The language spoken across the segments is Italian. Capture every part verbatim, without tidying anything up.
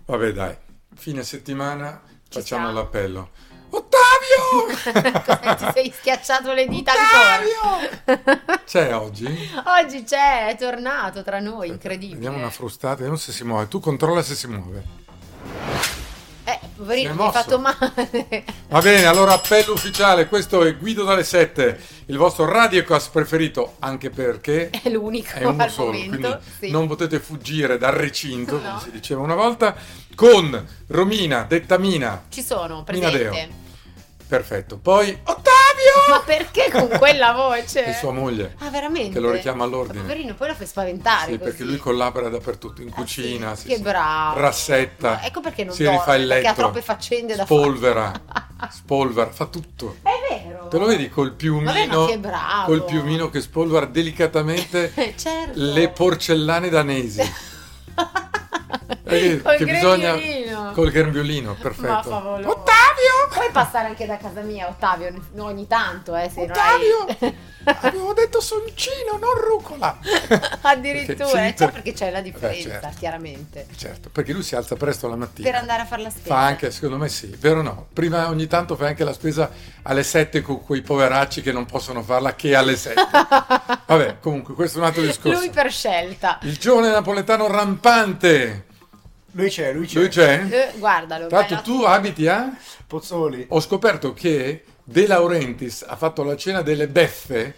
Vabbè dai, fine settimana Ci facciamo siamo. l'appello. Ottavio! Cosa, ti sei schiacciato le dita Ottavio! ancora? C'è oggi? Oggi c'è, è tornato tra noi, incredibile. Vediamo una frustata, vediamo se si muove. Tu controlla se si muove. Eh, poverino, Si è mi hai mosso. fatto male. Va bene, allora appello ufficiale, questo è Guido dalle sette, il vostro radiocast preferito, anche perché È l'unico è uno al solo, momento. quindi Sì. non potete fuggire dal recinto, come No. si diceva una volta, con Romina, detta Mina, Ci sono, Mina presente. Deo. Perfetto. Poi Ottavio! Ma perché con quella voce? E sua moglie, Ah, veramente? che lo richiama all'ordine. Ma poverino, poi la fai spaventare Sì, così. perché lui collabora dappertutto, in Eh cucina, sì, sì, che sì. bravo. Rassetta, Ma ecco perché non si dorme, rifà il letto, perché ha troppe faccende da spolvera, fare. spolvera, fa tutto. È vero. Te lo vedi col piumino, Vabbè, ma che bravo. col piumino che spolvera delicatamente Certo. le porcellane danesi. Eh, Col che bisogna grembiulino. col grembiulino, Ma perfetto. favoloso. Ottavio! Puoi passare anche da casa mia, Ottavio, ogni tanto, eh, se Ottavio! non hai... Avevo detto soncino, non rucola. Addirittura, Perché- eh, sì, cioè per- perché c'è la differenza, Eh, certo. chiaramente. Certo, perché lui si alza presto la mattina. Per andare a fare la spesa. Fa anche, secondo me sì, vero o no? Prima ogni tanto fai anche la spesa alle sette con quei poveracci che non possono farla che alle sette. Vabbè, comunque, questo è un altro discorso. Lui per scelta. Il giovane napoletano rampante. Lui c'è, lui c'è. Lui c'è? Eh, guardalo. Tra l'altro bella- tu abiti a? Pozzoli. Ho scoperto che De Laurentiis ha fatto la cena delle beffe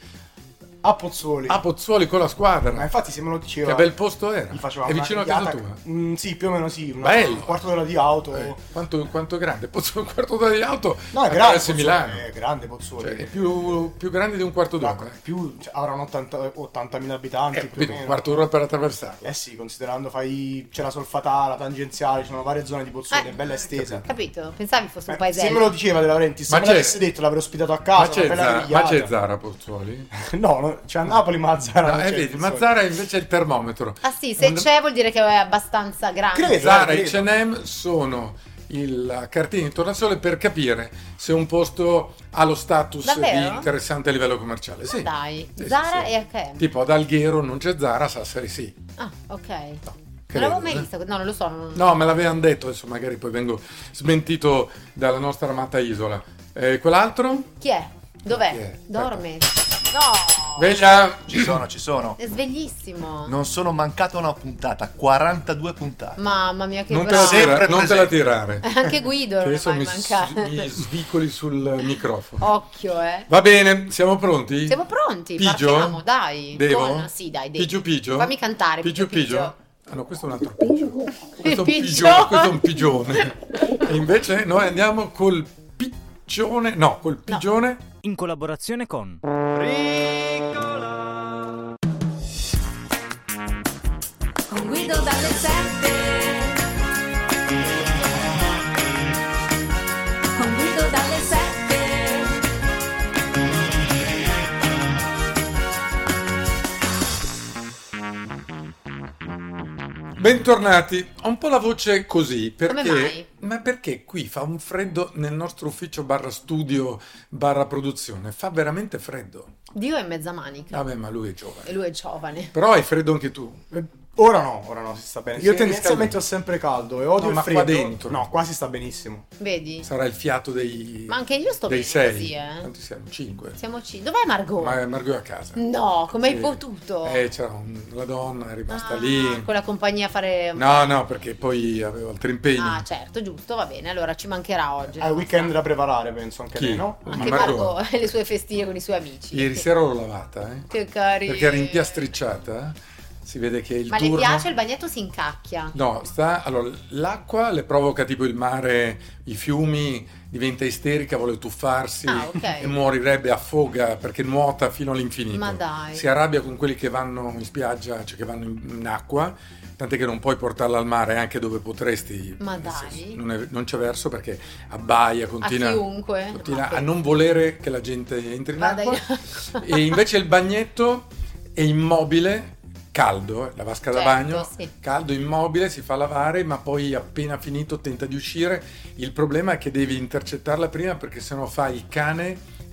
A Pozzoli. a Pozzuoli con la Ma squadra. infatti se me lo diceva... Che bel posto era. Gli faceva È una vicino a casa grigliata- tua. Mm, sì, più o meno sì. Una, Bello. Un quarto d'ora di auto. Eh, quanto, quanto è grande? Pozzuoli, un quarto d'ora di auto No, è grande. attraversi Pozzoli, Milano. È grande Pozzoli. Cioè, è più, più grande di un quarto Ma d'ora. più, cioè, avranno ottanta ottantamila abitanti Eh, più o capito, un meno. quarto d'ora per attraversarlo. Eh sì, considerando fai c'è la solfatara, la tangenziale, ci sono varie zone di Pozzoli, Eh, è bella estesa. Capito? Pensavi fosse un Eh, se paesello. me lo diceva De Laurentiis, Ma se me c'è- l'avesse detto l'avrei ospitato a Ma casa, c'è, una bella Zara, ma grigliata. c'è Zara a Pozzuoli? No, no, c'è a Napoli, ma a Zara No, non eh, c'è. vedi, Pozzoli. ma Zara invece è il termometro. Ah sì, se Un- c'è vuol dire che è abbastanza grande. Credo. Zara e credo. H and M sono il- la cartina di tornasole per capire se un posto ha lo status Davvero? di interessante a livello commerciale. Sì. Dai, Sì, Zara sì, sì. e H and M. Tipo ad Alghero non c'è Zara, a Sassari sì. Ah, ok. No, Non credo, l'avevo mai eh. vista, no, non lo so. Non... No, me l'avevano detto, adesso magari poi vengo smentito dalla nostra amata isola. Eh, quell'altro? Chi è? Dov'è? Chi è? Dorme? No! Veglia! Ci sono, ci sono. È sveglissimo. Non sono mancato una puntata, quarantadue puntate. Mamma mia, che Non te, bravo. la tira- Sempre non te la presente. tirare. Anche Guido Che non è adesso mai mi, mancato. mi svicoli sul microfono. Occhio, eh. Va bene, siamo pronti? Siamo pronti, Pigio? partiamo, dai. Devo? Con- Sì, dai, devi. Pigio Pigio? Fammi cantare, Pigio Pigio Pigio? Ah no, questo è un altro Pigio. Questo è un Pigio. pigione, questo è un pigione. E invece noi andiamo col piccione, no, col pigione. In collaborazione con Con Guido dalle sette. Con Guido dalle sette. Bentornati. Ho un po' la voce così perché Come mai? ma perché qui fa un freddo nel nostro ufficio barra studio barra produzione, fa veramente freddo. Dio è mezza manica. Vabbè, ma lui è giovane. E lui è giovane. Però hai freddo anche tu. Eh, Ora no, ora no, si sta bene. Si Io è tendenzialmente ho sempre caldo e odio No, il ma freddo. qua dentro. No, qua si sta benissimo. Vedi? Sarà il fiato dei Ma anche io sto dei bene sei. così, eh. Quanti siamo? Cinque. Siamo ci. Dov'è Margot? Ma Margot è a casa. No, come hai Sì. potuto? Eh, c'era un- la donna, è rimasta Ah, lì. con la compagnia a fare. No, no, perché poi avevo altri impegni. Ah, certo, giusto, va bene. Allora ci mancherà oggi. È il weekend da preparare, penso, anche Chi? lei, no? Anche Margot. Margot e le sue festine con i suoi amici. Ieri sera l'ho lavata, eh. Che carino. Perché era impiastricciata. eh. Si vede che il Ma turno... le piace il bagnetto si incacchia. No, sta... Allora, l'acqua le provoca tipo il mare, i fiumi, diventa isterica, vuole tuffarsi Ah, ok. e morirebbe, affoga perché nuota fino all'infinito. Ma dai. Si arrabbia con quelli che vanno in spiaggia, cioè che vanno in, in acqua, tant'è che non puoi portarla al mare anche dove potresti. Ma nel dai. senso, non, è- non c'è verso perché abbaia, continua, A chiunque. continua Ma a che- non volere che la gente entri in Vada in acqua. acqua. E invece il bagnetto è immobile, caldo, eh, la vasca da Certo, bagno, sì. caldo, immobile, si fa lavare, ma poi appena finito tenta di uscire. Il problema è che devi intercettarla prima perché sennò fa il cane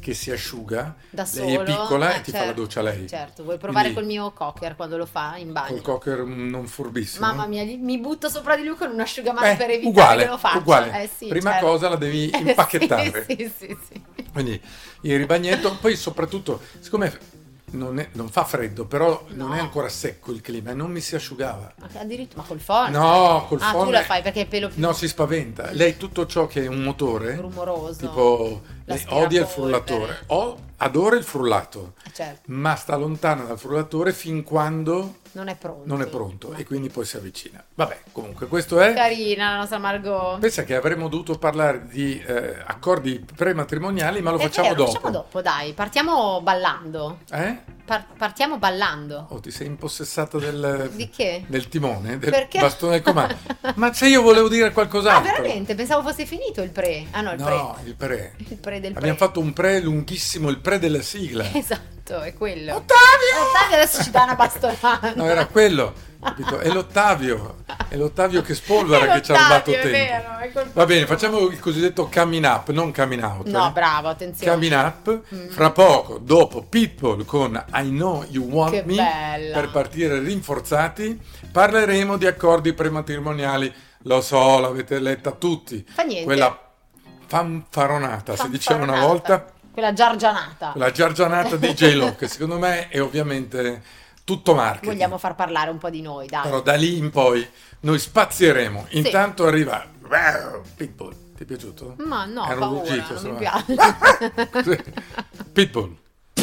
che si asciuga, Da lei solo, è piccola eh, e ti fa certo, la doccia lei. Certo, vuoi provare Quindi, col mio cocker quando lo fa in bagno? col cocker non furbissimo. Mamma mia, gli- mi butto sopra di lui con un asciugamano Beh, per evitare uguale, che lo faccia. uguale. Eh sì, Prima certo. cosa la devi Eh, impacchettare. sì, sì, sì, sì. Quindi il ribagnetto, poi soprattutto, siccome non, è- non fa freddo, però non No. è ancora secco il clima e non mi si asciugava. Ma addirittura, ma col phon? No, col Ah, phon tu la è- fai perché è pelo più No, si spaventa. Lei tutto ciò che è un motore, rumoroso. tipo, lei odia il L'aspirapolvere. frullatore, o adora il frullato, Eh, certo, ma sta lontana dal frullatore fin quando non è pronto. non è pronto e quindi poi si avvicina. Vabbè, comunque questo è... Carina la nostra Margot. Pensa che avremmo dovuto parlare di eh, accordi prematrimoniali, ma lo È facciamo vero, dopo. facciamo dopo, dai. Partiamo ballando. Eh? Par- partiamo ballando. Oh, ti sei impossessata del, Di che? del timone, del Perché? bastone del comando. Ma se io volevo dire Ah, qualcos'altro. veramente? Pensavo fosse finito il pre. Ah no, il No, il pre. pre. Il pre del pre. Abbiamo fatto un pre lunghissimo, il pre della sigla. Esatto, è quello. Ottavio! Ottavio adesso ci dà una bastonata. No, era quello. Capito? È l'Ottavio. È l'Ottavio che spolvera È che ci ha rubato l'Ottavio, tempo. è vero, è colpa Va bene, sua. facciamo il cosiddetto coming up, non coming out. No, eh. bravo, attenzione. Coming up, fra poco, dopo Pitbull con I Know You Want Che Me, bella. per partire rinforzati, parleremo di accordi prematrimoniali. Lo so, l'avete letta tutti. Fa niente. Quella fanfaronata, si diceva una Fanfaronata. volta, Quella giargianata. la giargianata di J-Lo, che secondo me è ovviamente tutto marketing. Vogliamo far parlare un po' di noi, dai. Però da lì in poi noi spazieremo. Intanto arriva Pitbull. Ti è piaciuto? Ma no, Era un paura, ruggito, non se mi no. piace. Sì. Pitbull.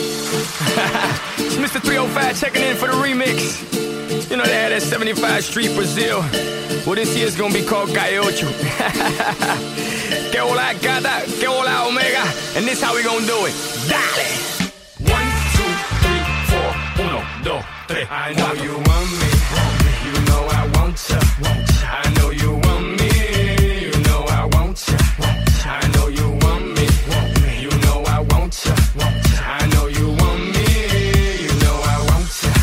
It's mister three oh five checking in for the remix. You know they had that seventy-five Street Brazil. Well, this year's gonna be called Gaiocho. Que hola gata, que hola omega. And this how we gonna do it. Dale! One, two, three, four. Uno, dos, tres. I know you want me. You know I want ya. I know you want me. You know I want ya. I know you want me. You know I want ya. I know you want me. You know I want ya.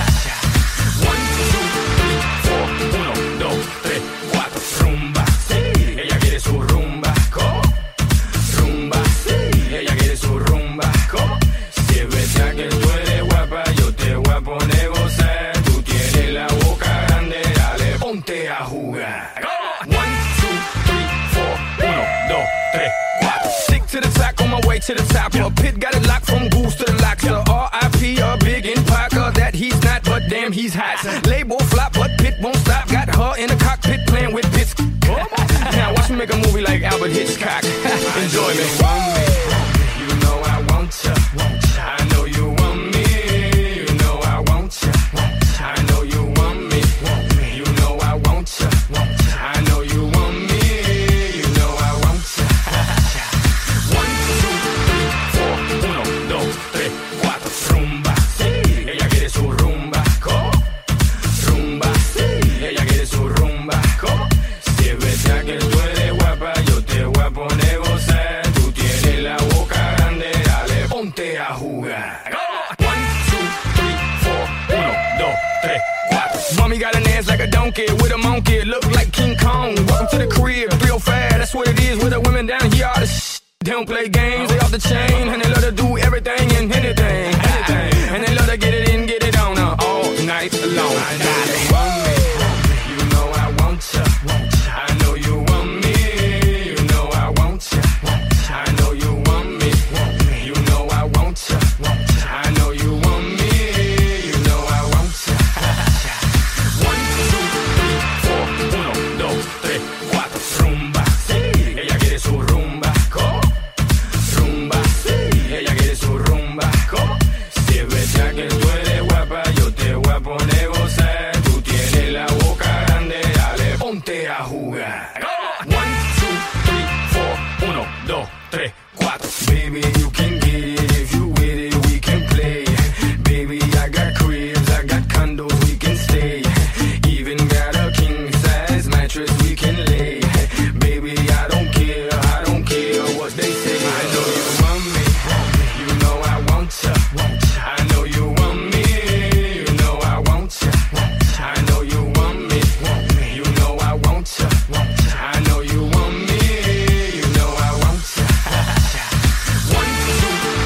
One, two, three, four. Uno, dos, tres, cuatro. Rumba, sí. Ella quiere su rumba. ¿Cómo? Rumba, sí. Ella quiere su rumba. ¿Cómo? Si es verdad que tú eres guapa, yo te voy a poner gozar. Tú tienes la boca grande, dale, ponte a jugar. One, two, three, four. Uno, dos, tres, cuatro. Stick to the track on my way to the top. A pit got it locked from goose to the locks. The R I P a big in Parker that he's not, but damn he's hot. Label flop, but Pit won't stop. Got her in the cockpit playing with bits. Now watch me make a movie like Albert Hitchcock. Enjoy me. You know I want ya. I know you want me. You know I want ya. I know you want me. You know I want ya. I know you want me. You know I want ya. One, two, three, four. Uno, dos, tres, cuatro. Rumba, sí. Ella quiere su rumba. ¿Cómo? Rumba, sí. Ella quiere su rumba. ¿Cómo? Si es verdad que tú eres guapa, yo te voy a poner gozar. Tú tienes la boca grande, dale, ponte a jugar. One, two, three, four. Uno, dos, tres, cuatro. Mommy got an ass like a donkey with a monkey. Look like King Kong. Welcome to the crib, three oh five. That's what it is with the women down here. All the sh- They don't play games, they off the chain. And they love to do everything and anything. anything. And they love to get it in, get it on uh, all night long. I know you want me. You know I want ya. I know you want me. You know I want ya. I know you want me. You know I want ya. I know you want me. You know I want ya. One, two, three, four. Uno, dos, tres, cuatro. Rumba, sí. Ella quiere su rumba. ¿Cómo? Rumba, sí. Ella quiere su rumba. ¿Cómo? Si es verdad que tú eres guapa, yo te voy a poner gozar. Tú tienes la boca grande, dale, ponte a jugar. One, two, three, four. Uno, dos, tres, cuatro. Baby, you can get it if you with it, we can play. Baby, I got cribs, I got condos, we can stay. Even got a king size mattress we can lay. Baby, I don't care, I don't care what they say. I know you want me, you know I want ya. I know you want me, you know I want ya. I know you want me, you know I want ya. I know you want me, you know I want ya. One, two,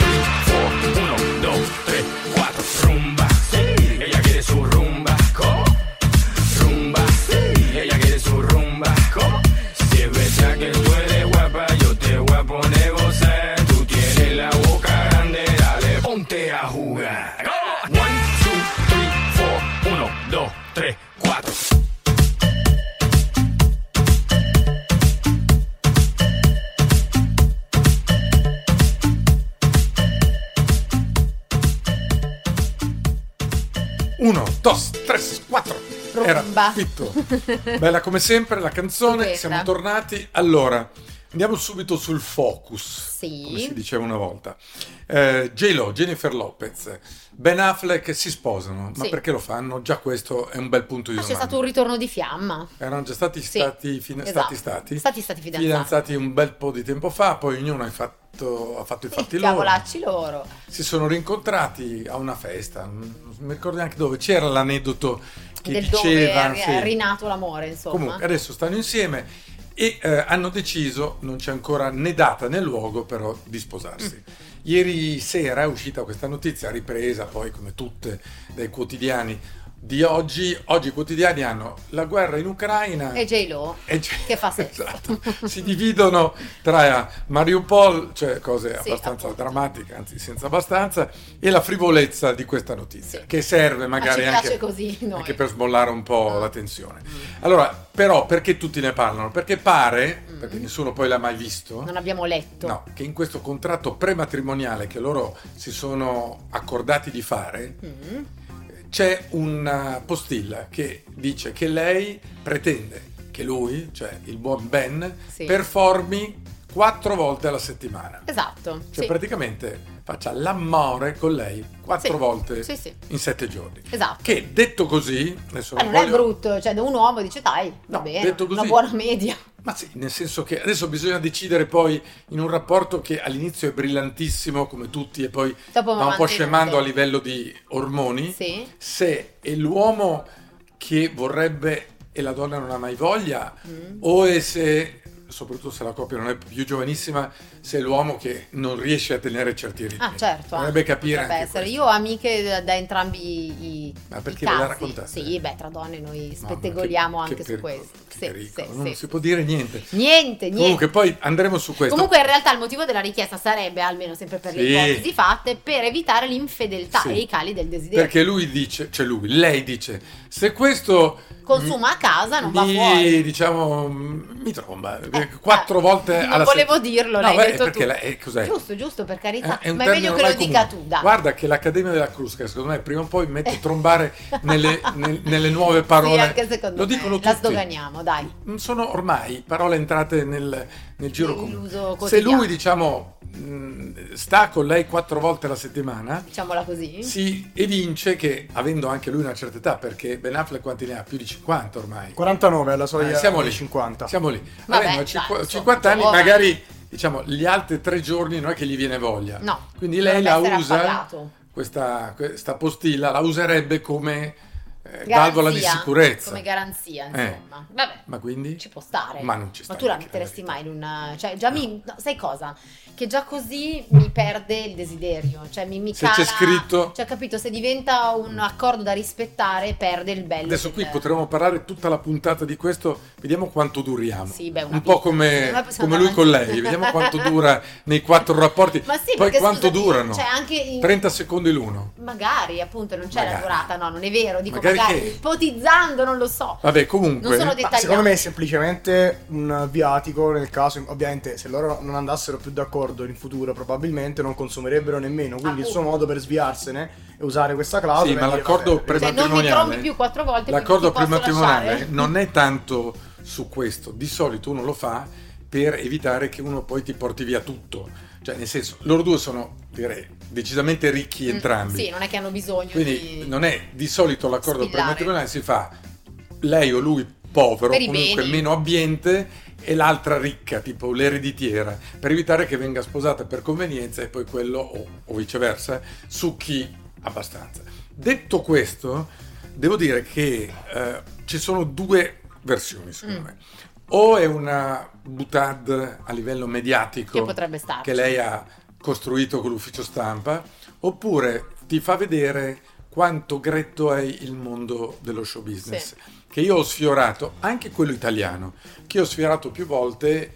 dos, tres, quattro. Era Rumba. fitto. Bella come sempre la canzone, Stupenda. siamo tornati. Allora, andiamo subito sul focus, Sì. come si diceva una volta. Eh, J-Lo, Jennifer Lopez, Ben Affleck si sposano, ma Sì. perché lo fanno? Già questo è un bel punto di Ma c'è domanda. stato un ritorno di fiamma. Erano già stati Sì, stati, fine- esatto. stati, stati? Stati stati fidanzati. Fidanzati un bel po' di tempo fa, poi ognuno ha fatto, ha fatto i fatti loro. Cavolacci loro. Si sono rincontrati a una festa, non mi ricordo neanche dove, c'era l'aneddoto che Del diceva... dove è, sì. è rinato l'amore, insomma. Comunque adesso stanno insieme e eh, hanno deciso, non c'è ancora né data né luogo però, di sposarsi. Mm. Ieri sera è uscita questa notizia, ripresa poi come tutte dai quotidiani di oggi. Oggi i quotidiani hanno la guerra in Ucraina E J-Lo, e J- che fa sesso. Esatto. Si dividono tra Mariupol, cioè cose Sì, abbastanza appunto. drammatiche, anzi senza abbastanza, e la frivolezza di questa notizia, Sì. che serve Ma magari ci piace anche, così, noi. anche per smollare un po' Ah. la tensione. Allora, però, perché tutti ne parlano? Perché pare, Mm. perché nessuno poi l'ha mai visto, Non abbiamo letto. no, che in questo contratto prematrimoniale che loro si sono accordati di fare, Mm. c'è una postilla che dice che lei pretende che lui, cioè il buon Ben, Sì. performi quattro volte alla settimana. Esatto. Cioè sì. praticamente faccia l'amore con lei quattro Sì. volte Sì, sì. in sette giorni. Esatto. Che detto così, adesso Ma non non è voglio- brutto, cioè da un uomo dice dai, va No, bene, detto così- una buona media. Ma sì, nel senso che adesso bisogna decidere poi in un rapporto che all'inizio è brillantissimo come tutti e poi Dopo va un po' mantenuto. scemando a livello di ormoni. Sì. Se è l'uomo che vorrebbe e la donna non ha mai voglia, Mm. o è se, soprattutto se la coppia non è più giovanissima, se è l'uomo che non riesce a tenere certi ritmi. Ah, certo. Dovrebbe ah, capire potrebbe anche essere. questo. Io ho amiche da, da entrambi i, Ma i perché ve la casi. raccontate? Sì, beh, tra donne noi Mamma, spettegoliamo che- che anche su pericolo, questo. che Sì, pericolo, sì, non sì. si può dire niente. Niente, niente. Comunque poi andremo su questo. Comunque in realtà il motivo della richiesta sarebbe, almeno sempre per le Sì. ipotesi fatte, per evitare l'infedeltà Sì. e i cali del desiderio. Perché lui dice, cioè lui, lei dice, se questo Consuma a casa, non va mi, fuori. diciamo, mi tromba Eh, quattro eh, volte non alla volevo sett- dirlo, No, l'hai beh, detto perché tu. lei- eh, cos'è? Giusto, giusto, per carità. Eh, è un Ma è meglio termine che lo ormai dica comune. tu, dai. Guarda che l'Accademia della Crusca, secondo me, prima o poi mette trombare nelle, nel- nelle nuove parole. Sì, anche secondo Lo me. dicono La tutti. sdoganiamo, dai. Non sono ormai parole entrate nel, nel giro Nell'uso comune. Se quotidiano. lui, diciamo, mh, sta con lei quattro volte alla settimana, Diciamola così. si evince che, avendo anche lui una certa età, perché Ben Affleck quanti ne ha? Più di cinquanta ormai. quarantanove alla soglia Eh, siamo dei lì. cinquanta. Siamo lì. Vabbè, Avendo dai, cinqu- insomma, cinquanta anni, giovane. magari diciamo gli altri tre giorni non è che gli viene voglia. No, Quindi lei dovrebbe la essere usa, appagato. questa, questa postilla la userebbe come eh, Garanzia, valvola di sicurezza. Come garanzia, insomma. Vabbè. Ma quindi? Ci può stare. Ma non ci sta Ma tu la neanche, metteresti la mai in una. Cioè, già mi. no, sai cosa? Che già così mi perde il desiderio. Cioè, mi, mi Se cala- c'è scritto- Cioè, capito? Se diventa un accordo da rispettare, perde il bello. Adesso del- qui potremmo parlare tutta la puntata di questo, vediamo quanto duriamo. Sì, beh, una un po' vita. come, Noi possiamo come lui con andare lei, avanti. vediamo quanto dura nei quattro rapporti. Ma sì, Poi perché, quanto scusami, durano? cioè, anche in- trenta secondi l'uno. Magari, appunto, non c'è Magari. la durata, no, non è vero. Dico Magari magari, che- ipotizzando, non lo so. Vabbè, comunque. Non sono Ma dettagliati. secondo me è semplicemente un viatico nel caso, ovviamente se loro non andassero più d'accordo in futuro probabilmente non consumerebbero nemmeno, quindi il suo modo per sviarsene è usare questa clausola. Sì, e ma dire, l'accordo vabbè, Cioè, non mi prematrimoniale. trombi più quattro volte. L'accordo quindi ti posso prematrimoniale lasciare? non è tanto su questo, di solito uno lo fa per evitare che uno poi ti porti via tutto. Cioè, nel senso, loro due sono, direi, decisamente ricchi entrambi. Mm, Sì, non è che hanno bisogno Quindi di. non è di solito l'accordo spillare. prematrimoniale si fa lei o lui povero, Per i comunque beni. meno abbiente, e l'altra ricca, tipo l'ereditiera, per evitare che venga sposata per convenienza e poi quello, o, o viceversa, succhi abbastanza. Detto questo, devo dire che eh, ci sono due versioni, secondo Mm. me. O è una boutade a livello mediatico Che potrebbe starci. che lei ha costruito con l'ufficio stampa, oppure ti fa vedere quanto gretto è il mondo dello show business, Sì. che io ho sfiorato, anche quello italiano, che ho sfiorato più volte,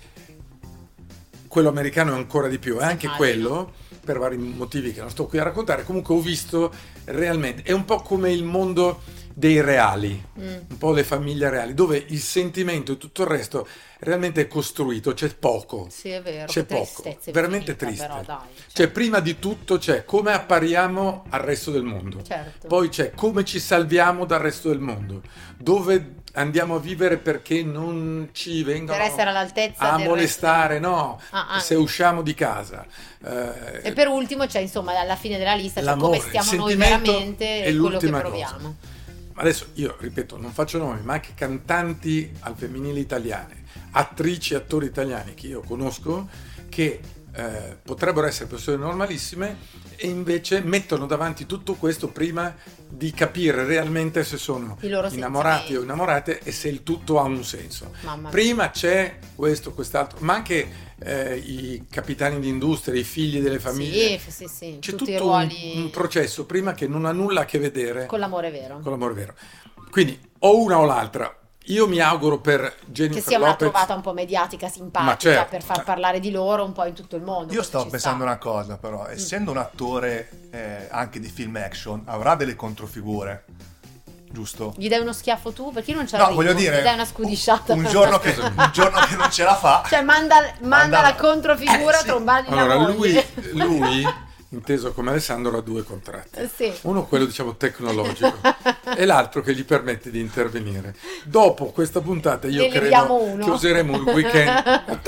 quello americano ancora di più, e anche Immagino. quello, per vari motivi che non sto qui a raccontare, comunque ho visto realmente, è un po' come il mondo dei reali, Mm. un po' le famiglie reali, dove il sentimento e tutto il resto realmente è costruito, c'è poco. Sì, è vero. C'è che poco, tristezza veramente infinita, triste. Però, dai, cioè, Cioè, prima di tutto c'è come appariamo al resto del mondo. certo. Poi c'è come ci salviamo dal resto del mondo, dove andiamo a vivere perché non ci vengono Per essere all'altezza a del molestare, no, Ah, ah. se usciamo di casa. Eh, E per ultimo c'è insomma alla fine della lista c'è l'amore, come stiamo il noi sentimento veramente è e quello che l'ultima proviamo. Ma adesso io ripeto, non faccio nomi, ma anche cantanti al femminile italiane, attrici, attori italiani che io conosco, che eh, potrebbero essere persone normalissime e invece mettono davanti tutto questo prima di capire realmente se sono I loro innamorati sentimenti. o innamorate e se il tutto ha un senso. Mamma mia. Prima c'è questo, quest'altro, ma anche eh, i capitani di industria, i figli delle famiglie. Sì, sì, sì, C'è tutti tutto i un- ruoli un, processo prima che non ha nulla a che vedere con l'amore vero. con l'amore vero. Quindi o una o l'altra. Io mi auguro per Jennifer Che sia una Lopez. trovata un po' mediatica, simpatica, Ma certo. per far parlare di loro un po' in tutto il mondo. Io questo stavo ci pensando sta. una cosa, però, essendo un attore eh, anche di film action, avrà delle controfigure, giusto? Gli dai uno schiaffo tu? Perché io non ce No, l'arrivo. voglio dire, Gli dai una scudisciata. un giorno, che, un giorno che non ce la fa, Cioè manda, manda Manda- la controfigura Eh, a sì. trombargli Allora, la lui, moglie. lui, inteso come Alessandro, ha due contratti. Eh, sì. Uno quello diciamo tecnologico e l'altro che gli permette di intervenire. Dopo questa puntata io Ne leviamo credo uno. che useremo il weekend.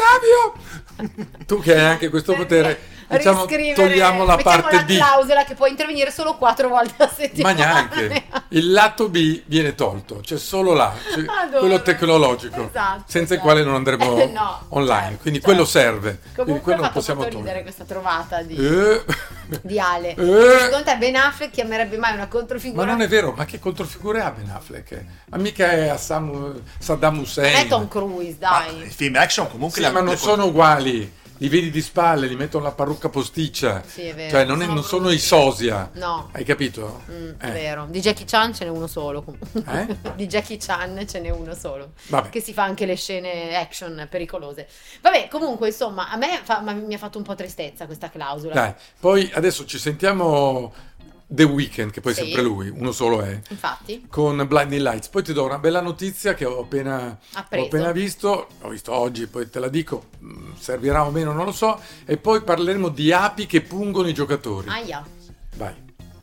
Ottavio! Tu che hai anche questo potere, diciamo, Riscrivere- togliamo la mettiamo parte la D. clausola che può intervenire solo quattro volte a settimana. Ma neanche il lato B viene tolto, c'è solo là, c'è Adoro. quello tecnologico, Esatto, senza il esatto. quale non andremo Eh, no, online. certo, Quindi certo. quello serve. Quindi Comunque quello ha non fatto possiamo molto ridere togliere. questa trovata di, Eh, di Ale. Eh. Secondo te Ben Affleck chiamerebbe mai una controfigura? ma non è vero, ma che controfigure ha Ben Affleck? Ma mica è a Sam- Saddam Hussein. Non è Tom Cruise, Ah, dai. i film action comunque Sì, li ma hanno non tutte con- sono uguali. Li vedi di spalle, li mettono la parrucca posticcia. Sì, è vero. Cioè, non, è- Sono non sono brutti. i sosia. No. Hai capito? Mm, Eh. È vero. Di Jackie Chan ce n'è uno solo. Eh? Di Jackie Chan ce n'è uno solo. Vabbè. Che si fa anche le scene action pericolose. Vabbè, comunque, insomma, a me fa- ma mi ha fatto un po' tristezza questa clausola. Dai, poi adesso ci sentiamo The Weeknd, che poi è Sì. sempre lui, uno solo è. Infatti, Con Blinding Lights. Poi ti do una bella notizia che ho appena, Appreso. ho appena visto, ho visto oggi, poi te la dico, mh, servirà o meno, non lo so, e poi parleremo di api che pungono i giocatori. aia. Vai.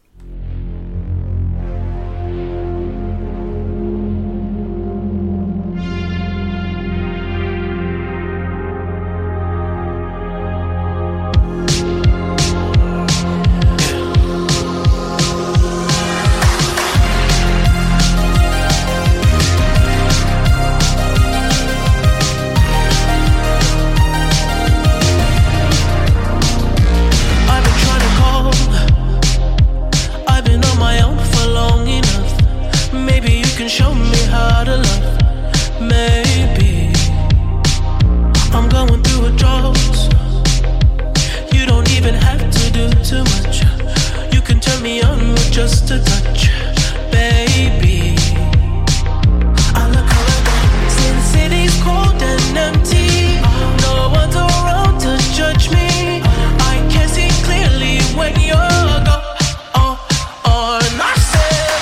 I've been trying to call. I've been on my own for long enough. Maybe you can show me how to love. Maybe I'm going through a drought. You don't even have to do too much. You can turn me on with just a touch, baby. I look around, since city's cold and empty, no one's around to judge me. I can see clearly when you're gone. Oh, oh, and I said,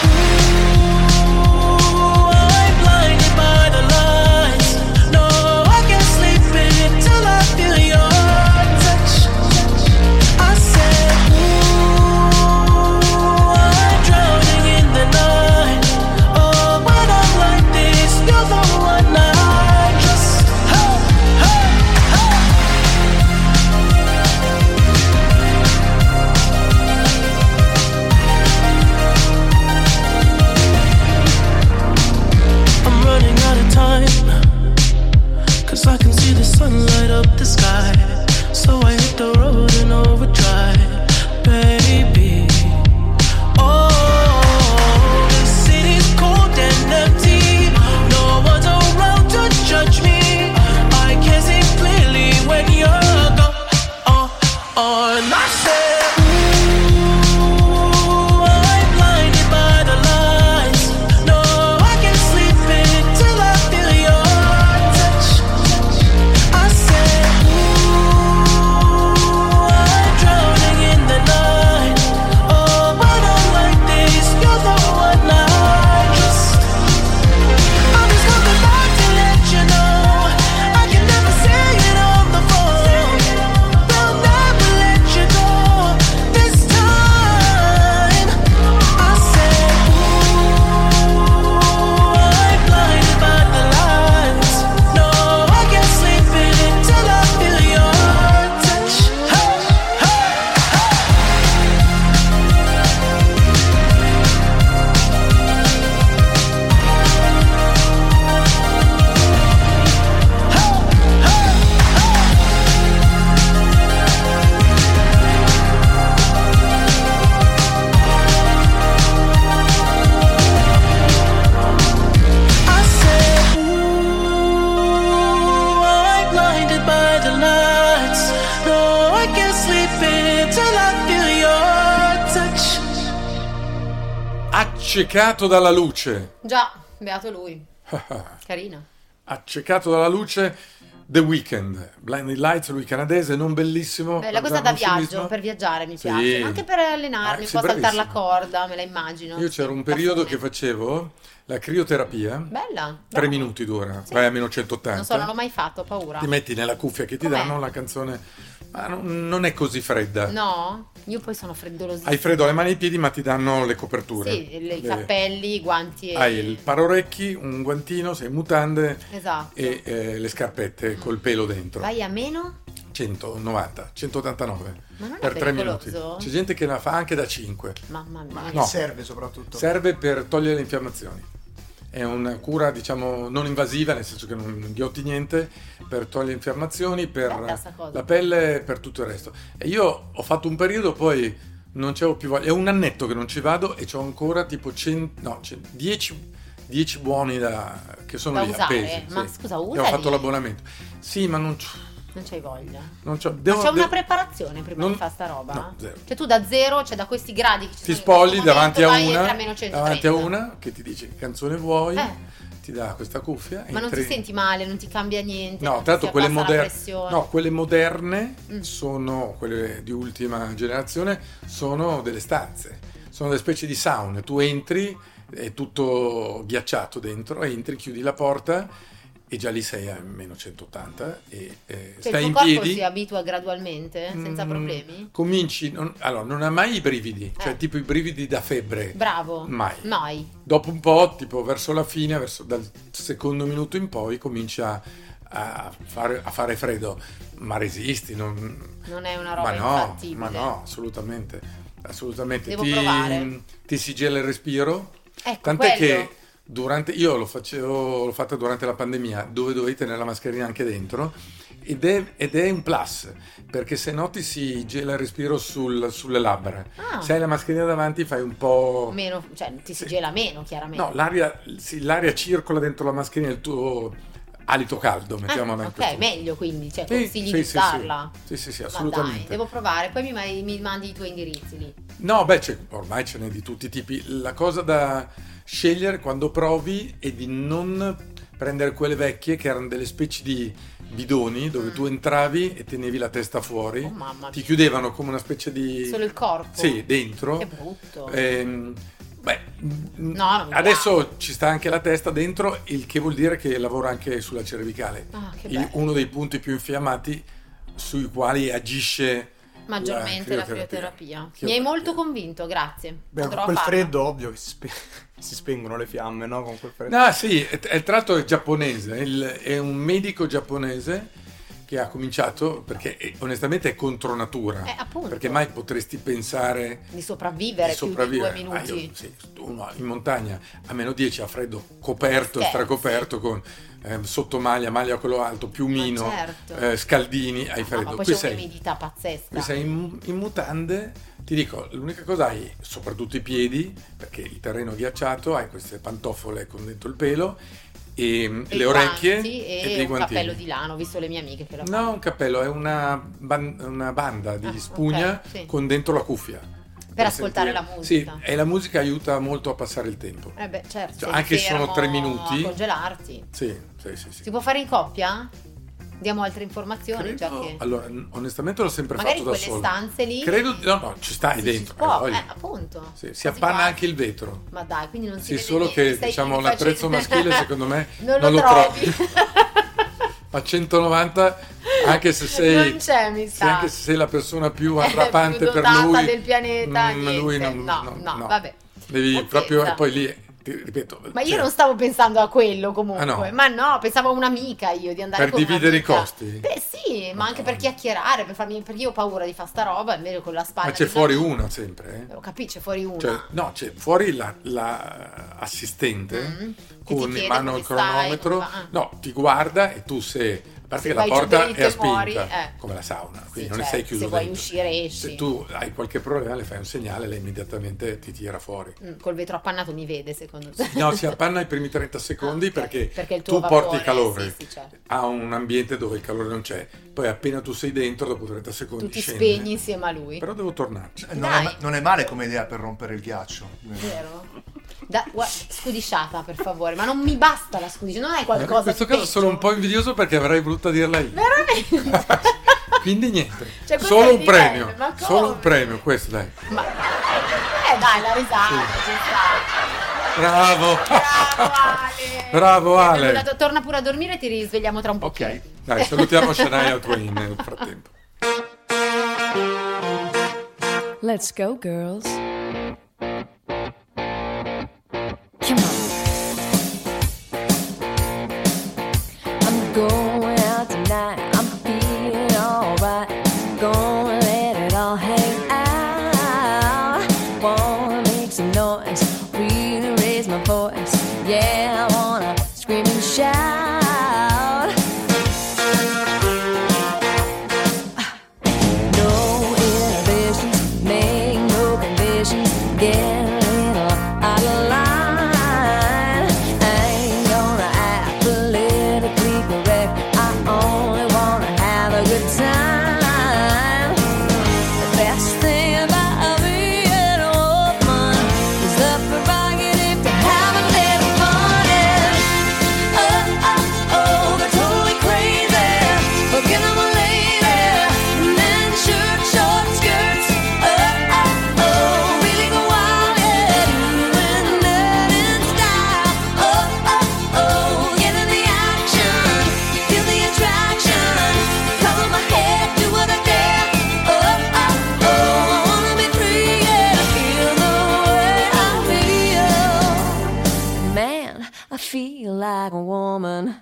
ooh, I'm blinded by the lights. No, I can't sleep until I feel your touch. I said, ooh, I'm drowning in the night. Oh, when I'm like this, you're the one I trust. Hey, hey, hey. I'm running out of time, 'cause I can see the sun light up the sky. So I hit the road in overdrive, baby. Oh, the city's cold and empty. No one's around to judge me. I can see clearly when you're gone. Oh, oh, and I said, ooh, I'm blinded by the lights. No, I can't sleep until I feel your touch. I said, ooh, I'm drowning in the night. I can't sleep until I feel your touch. Accecato dalla luce. Già, beato lui. Carina. Accecato dalla luce, The Weeknd. Blinding Lights, lui canadese, non bellissimo. Bella, questa da viaggio, per viaggiare mi Sì. piace. Anche per allenarmi, Eh, un sì, po' saltare la bravissimo. corda, me la immagino. Io c'era un Sì, periodo che caffè. facevo la crioterapia. Bella. Tre bravo. minuti dura, Sì. vai a meno centottanta. Non so, non l'ho mai fatto, ho paura. Ti metti nella cuffia che ti Com'è? danno la canzone, ma non, non è così fredda. No? Io poi sono freddolosissima. Hai freddo alle mani e ai piedi, ma ti danno le coperture. Sì, le- i Le- cappelli, i guanti e... Hai il parorecchi, un guantino, sei in mutande Esatto. e eh, le scarpette col pelo dentro. Vai a meno? centonovanta, centottantanove Ma non è per tre minuti. pericoloso? C'è gente che la fa anche da cinque. Mamma mia. No. Serve soprattutto. Serve per togliere le infiammazioni. È una cura, diciamo, non invasiva, nel senso che non ghiotti niente, per togliere infiammazioni, per Bella sta cosa. la pelle e per tutto il resto. E io ho fatto un periodo, poi non c'avevo più voglia. È un annetto che non ci vado e c'ho ancora tipo cento, no, cento, dieci, dieci buoni da, che sono Da lì usare? appesi. Ma sì. scusa, Che ho usali? fatto l'abbonamento. Sì, ma non c'ho. Non c'hai voglia. Non c'ho Ma devo- c'è una devo- preparazione prima Non- di fare sta roba? no, zero. Cioè tu da zero, cioè da questi gradi che ci Ti sono in spogli questo davanti a momento, vai una, entra a meno centotrenta. davanti a una che ti dice che canzone vuoi, Eh. ti dà questa cuffia. Ma non entri- ti senti male, non ti cambia niente. No, non tra ti l'altro si quelle, abbassa la moder- pressione. no, quelle moderne Mm. sono, quelle di ultima generazione, sono delle stanze, sono delle specie di sauna. Tu entri, è tutto ghiacciato dentro, entri, chiudi la porta e già lì sei a meno centottanta e eh, Cioè, stai il in tuo corpo piedi. si abitua gradualmente, senza Mm, problemi? Cominci, non, allora non ha mai i brividi, cioè Eh. tipo i brividi da febbre. Bravo. Mai. Mai. Dopo un po', tipo verso la fine, verso dal secondo minuto in poi, comincia a fare, a fare freddo, ma resisti, non, Non è una roba ma no, infattibile. ma no, assolutamente, assolutamente. Devo ti, provare. ti si gela il respiro, Ecco, tant'è quello. che durante, io lo facevo, l'ho fatta durante la pandemia, dove dovevi tenere la mascherina anche dentro, ed è, ed è un plus, perché se no ti si gela il respiro sul- sulle labbra. Ah. Se hai la mascherina davanti fai un po'... Meno, cioè ti si Sì. gela meno, chiaramente. No, l'aria, sì, l'aria circola dentro la mascherina, il tuo alito caldo, mettiamola Ah, in ok, questo modo. meglio quindi, cioè Sì, consigli sì, di sì, usarla. Sì, sì, sì, Ma assolutamente. dai, devo provare, poi mi, mai- mi mandi i tuoi indirizzi lì. No, beh, c'è- ormai ce n'è di tutti i tipi. La cosa da scegliere quando provi è di non prendere quelle vecchie che erano delle specie di bidoni dove Mm. tu entravi e tenevi la testa fuori, Oh, mamma ti mia. chiudevano come una specie di... Solo il corpo. Sì, dentro. Che brutto. Ehm, beh, mm, No, non mi adesso ci sta anche la testa dentro, il che vuol dire che lavora anche sulla cervicale. Ah, che Il- bello. uno dei punti più infiammati sui quali agisce Maggiormente la crioterapia. Che- Mi hai molto convinto, grazie. Beh, Andrò con a quel farla. freddo, ovvio che si, spe- si spengono le fiamme, no? Con quel freddo. No, sì, è, è tra l'altro è giapponese, il- è un medico giapponese che ha cominciato, perché è- onestamente è contro natura, Eh, appunto. perché mai potresti pensare Di sopravvivere, di sopravvivere. più di due Ah, minuti. io- sì, uno in montagna a meno dieci a freddo, coperto, Scherzi. stracoperto, con eh, sottomaglia, maglia a quello alto, piumino, Ma certo. eh, scaldini, hai No, freddo. ma poi Qui c'è sei, un'umidità pazzesca. qui sei in, in mutande, ti dico, l'unica cosa hai, soprattutto i piedi, perché il terreno è ghiacciato, hai queste pantofole con dentro il pelo, e, E le i orecchie guanti e, e, dei un guantini. cappello di lano, ho visto le mie amiche che lo No, fanno. un cappello, è una, ban- una banda di Ah, spugna ok, sì. con dentro la cuffia. Per ascoltare la musica. Sì, e la musica aiuta molto a passare il tempo. Eh beh, certo. Cioè, sei anche se sono fermo tre minuti. A congelarti. Sì, sì, sì. sì. Si può fare in coppia? Diamo altre informazioni, già Credo- che... Allora, n- onestamente l'ho sempre Magari fatto in da quelle solo. stanze lì... Credo, no, no, ci stai Sì, dentro. si può, hai voglia. eh, appunto. Sì, si Quasi appanna quasi. anche il vetro. Ma dai, quindi non si Sì, vede solo niente, che stai- diciamo mi l'attrezzo facendo- maschile secondo me non, non lo lo trovi. A centonovanta, anche se sei Non c'è, mi se sa. anche se sei la persona più È attrappante più per dotata lui del pianeta, mm, niente. lui non, No, no, vabbè. Devi Pazienza. proprio e poi lì ti ripeto Ma io cioè, non stavo pensando a quello comunque, Ah, no? ma no, pensavo a un'amica io di andare Per con dividere i un'amica. costi? Beh sì, ma anche per chiacchierare, per farmi, perché io ho paura di fare sta roba, invece con la spalla. ma c'è di fuori amica- una sempre eh? Lo capisci, c'è fuori una. Cioè, no, c'è fuori la, la assistente Mm. Che ti con chiede in mano come il stai, cronometro, come va. Ah. no, ti guarda e tu se parte Se che la vai giù porta dritto è a e muori, spinta, eh. come la sauna, quindi Sì, non ne certo, sei chiuso se vuoi dentro. uscire, esci. Se tu hai qualche problema, le fai un segnale, lei immediatamente ti tira fuori. Mm, col vetro appannato mi vede, secondo te? No, si appanna i primi trenta secondi Ah, ok, perché, perché il tuo tu porti il vapore, calore sì, sì, certo. a un ambiente dove il calore non c'è, poi appena tu sei dentro, dopo trenta secondi Tu ti scende. spegni insieme a lui. Però devo tornarci. Non Dai. è, non è male come idea per rompere il ghiaccio. Vero? Da, gua- scudisciata, per favore, ma non mi basta la scudisciata, non hai In qualcosa questo di caso peggio? sono un po' invidioso perché avrei voluto dirla io. Veramente? Quindi niente, Cioè, questo solo è un il premio, livello, ma solo come? un premio, questo dai. Ma... Eh dai, la risata, ci sta. Bravo! Bravo Ale! Bravo, Ti Ale. abbiamo dato- torna pure a dormire e ti risvegliamo tra un po'. Ok. Dai, salutiamo Shania Twain nel frattempo. Let's go, girls. Come on. I'm going out tonight. I'm feeling alright. Gonna let it all hang out. Wanna make some noise. Really raise my voice. Yeah, I wanna scream and shout. No inhibitions, make no conditions. Get a little out of line. I ain't gonna act politically correct. I only wanna have a good time. The best thing about being a woman is the prerogative to have a little fun. And oh, oh, oh, they're totally crazy. Forget I'm a lady. Men, shirt, short skirts. Oh, oh, oh, really go wild, yeah. Doing that in style. Oh, oh, oh, get in the action. Feel the attraction. Cover my head, do what I dare. Oh, oh, oh, I wanna be free, yeah. Feel the way I feel. Man, I feel like a woman.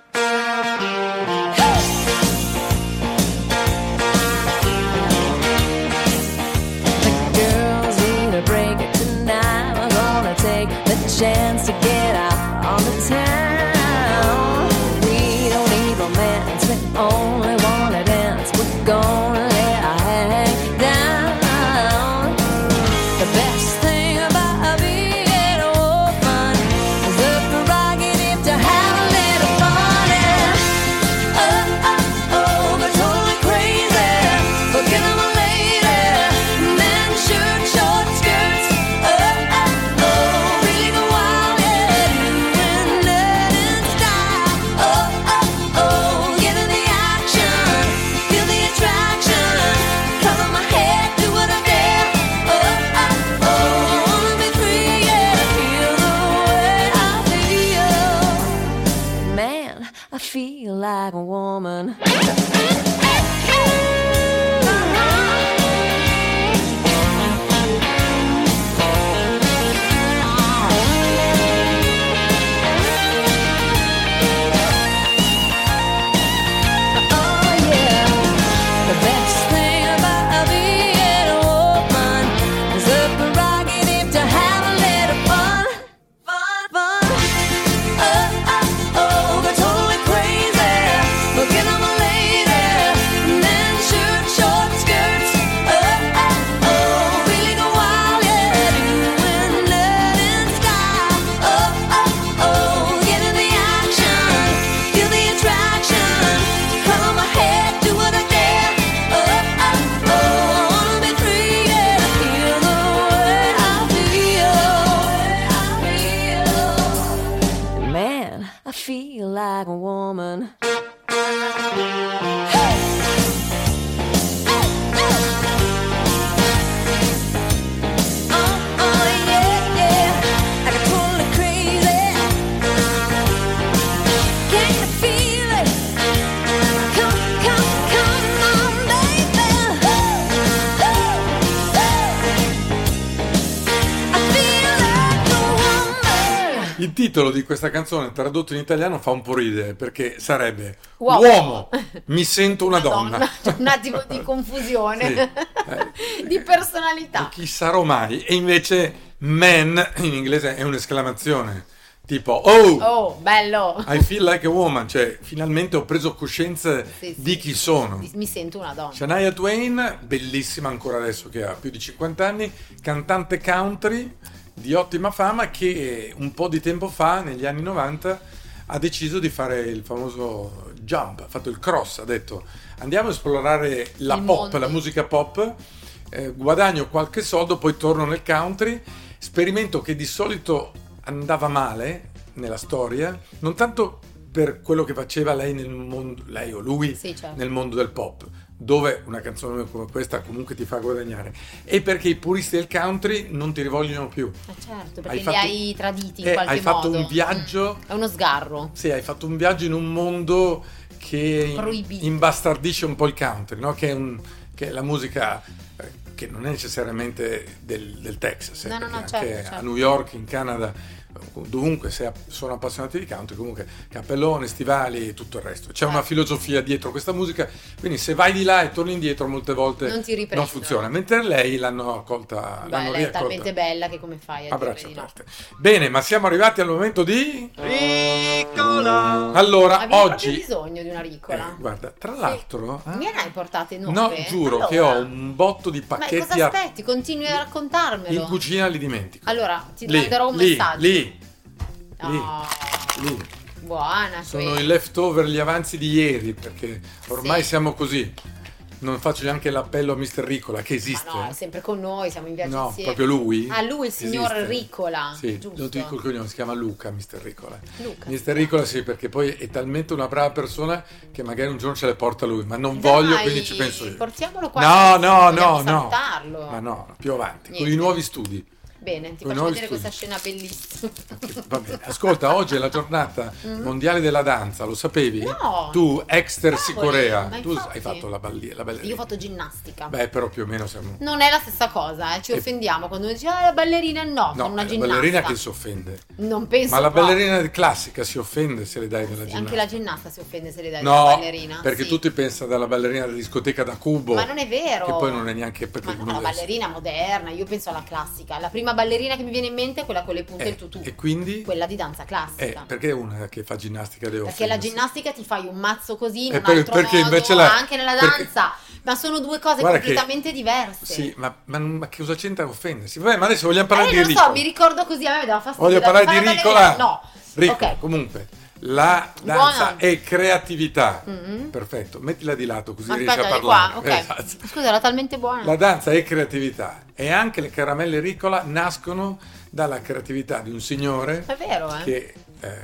The girls need a break tonight. We're gonna take the chance to get out on the town. We don't need romance, we only wanna dance. We're gonna let our hang down. The best thing about being a woman is the prerogative to have a little fun. And oh, oh, oh, they're totally crazy. Forget I'm a lady. Men, shirt, short skirts. Oh, oh, oh, really go wild, yeah. Doing that in style. Oh, oh, oh, get in the action. Feel the attraction. Cover my head, do what I dare. Oh, oh, oh, I wanna be free, yeah. Feel the way I feel. Man, I feel like a woman. Oh yeah, the best thing about being a woman is the prerogative to have a little fun, fun, fun. Oh, oh, oh, they're totally crazy. Forget I'm a lady. Men, shirt, short skirts. Oh, oh, oh, really go wild, yeah. Doing that in style. Oh, oh, oh, get in the action. Feel the attraction. Cover my head, do what I dare. Oh, oh, oh, I wanna be free, yeah. Feel the way I feel. Man, I feel like a woman. Oh, oh, yeah, yeah. I get totally crazy. Can you feel it? Come, come, come on, baby. I feel like a woman. Il titolo di questa canzone tradotto in italiano fa un po' ridere perché sarebbe Uomo. Uomo, mi sento una donna. C'è un attimo di confusione Sì. Eh, di personalità. Chi sarò mai? E invece man in inglese è un'esclamazione. tipo oh, Oh, bello! I feel like a woman, cioè finalmente ho preso coscienza Sì, sì. di chi sono. Mi sento una donna. Shania Twain, bellissima ancora adesso che ha più di cinquanta anni, cantante country di ottima fama, che un po' di tempo fa, negli anni novanta, ha deciso di fare il famoso jump, ha fatto il cross, ha detto andiamo a esplorare la Il pop, mondo. la musica pop, eh, guadagno qualche soldo, poi torno nel country, sperimento che di solito andava male nella storia, non tanto per quello che faceva lei nel mondo, lei o lui, Sì, certo. nel mondo del pop, dove una canzone come questa comunque ti fa guadagnare, e perché i puristi del country non ti rivogliono più. Eh certo, perché Hai li fatto- hai traditi in eh, qualche hai fatto modo. un viaggio- Mm. È uno sgarro. Sì, hai fatto un viaggio in un mondo che Proibito. imbastardisce un po' il country, no? Che è, un- che è la musica eh, che non è necessariamente del, del Texas, eh, No, no, perché no, anche certo, certo. a New York, in Canada, dovunque se sono appassionati di country, comunque cappellone, stivali e tutto il resto. C'è una Certo. filosofia dietro questa musica, quindi se vai di là e torni indietro molte volte Non ti riprendono. funziona, mentre lei l'hanno accolta, Beh, l'hanno lei è riaccolta talmente bella che come fai a a dirle braccia di no? aperte. Bene, ma siamo arrivati al momento di... Ricola. Allora, Avevo proprio oggi... bisogno di una ricola. Eh, guarda, tra l'altro... eh, Me ne hai portate nuove? no, giuro Allora. che ho un botto di Ma pacchetti cosa a- aspetti? Continui a raccontarmelo. in cucina, li dimentico. Allora, ti Lì, manderò un lì, messaggio. Lì, lì, Oh, lì. buona. Sono questa. i leftover, gli avanzi di ieri, perché ormai Sì. siamo così. Non faccio neanche l'appello a mister Ricola, che esiste. Ma no, è sempre con noi, siamo in viaggio No, insieme. proprio lui? Ah, lui, il signor Esiste. Ricola. Sì, giusto. non ti dico il cognome, si chiama Luca, mister Ricola. Luca. mister Ricola sì, perché poi è talmente una brava persona che magari un giorno ce le porta lui, ma non Dai, voglio, quindi ci penso io. Portiamolo qua. No, no, Vogliamo no, no. salutarlo. Ma no, più avanti, con Niente. i nuovi studi. Bene, ti Con i faccio nuovi vedere studi. questa scena bellissima. Va bene. Ascolta, oggi è la giornata mondiale della danza, lo sapevi? Mm. No. Tu, ex Terzi Cavoli, Corea, ma tu infatti. hai fatto la, balli- la ballerina. Io ho fatto ginnastica. Beh, però più o meno siamo... Non è la stessa cosa, eh. Ci Eh. offendiamo quando uno dice ah, la ballerina no, No, sono una è la ginnasta. ballerina che si offende. Non penso Ma la proprio. ballerina classica si offende se le dai della ginnastica. Anche la ginnasta si offende se le dai No, una ballerina. perché Sì. tutti pensano dalla ballerina della discoteca da cubo. Ma non è vero. Che poi non è neanche perché Ma no, uno la deve- ballerina moderna, io penso alla classica. La prima ballerina che mi viene in mente è quella con le punte e Eh, il tutù. e quindi? Quella di danza Eh, classica. perché una che fa ginnastica deve Perché la offendersi? ginnastica ti fai un mazzo così in E un per- altro perché modo, invece la- anche nella perché- danza. Ma sono due cose Guarda che- completamente diverse. Sì, ma, ma, ma che cosa c'entra offendersi? Vabbè, ma adesso vogliamo parlare Eh, di non Ricola. so, mi ricordo così, a me dava fastidio. Voglio da parlare fare di la Ricola. ballerina. No. Ricola, Ok. comunque, la danza Buona. è creatività. Mhm. Perfetto, mettila di lato così Aspetta, riesci a di qua, parlare. ok. Esatto. Scusa, era talmente buona. La danza è creatività e anche le caramelle Ricola nascono dalla creatività di un signore È vero, eh? che eh,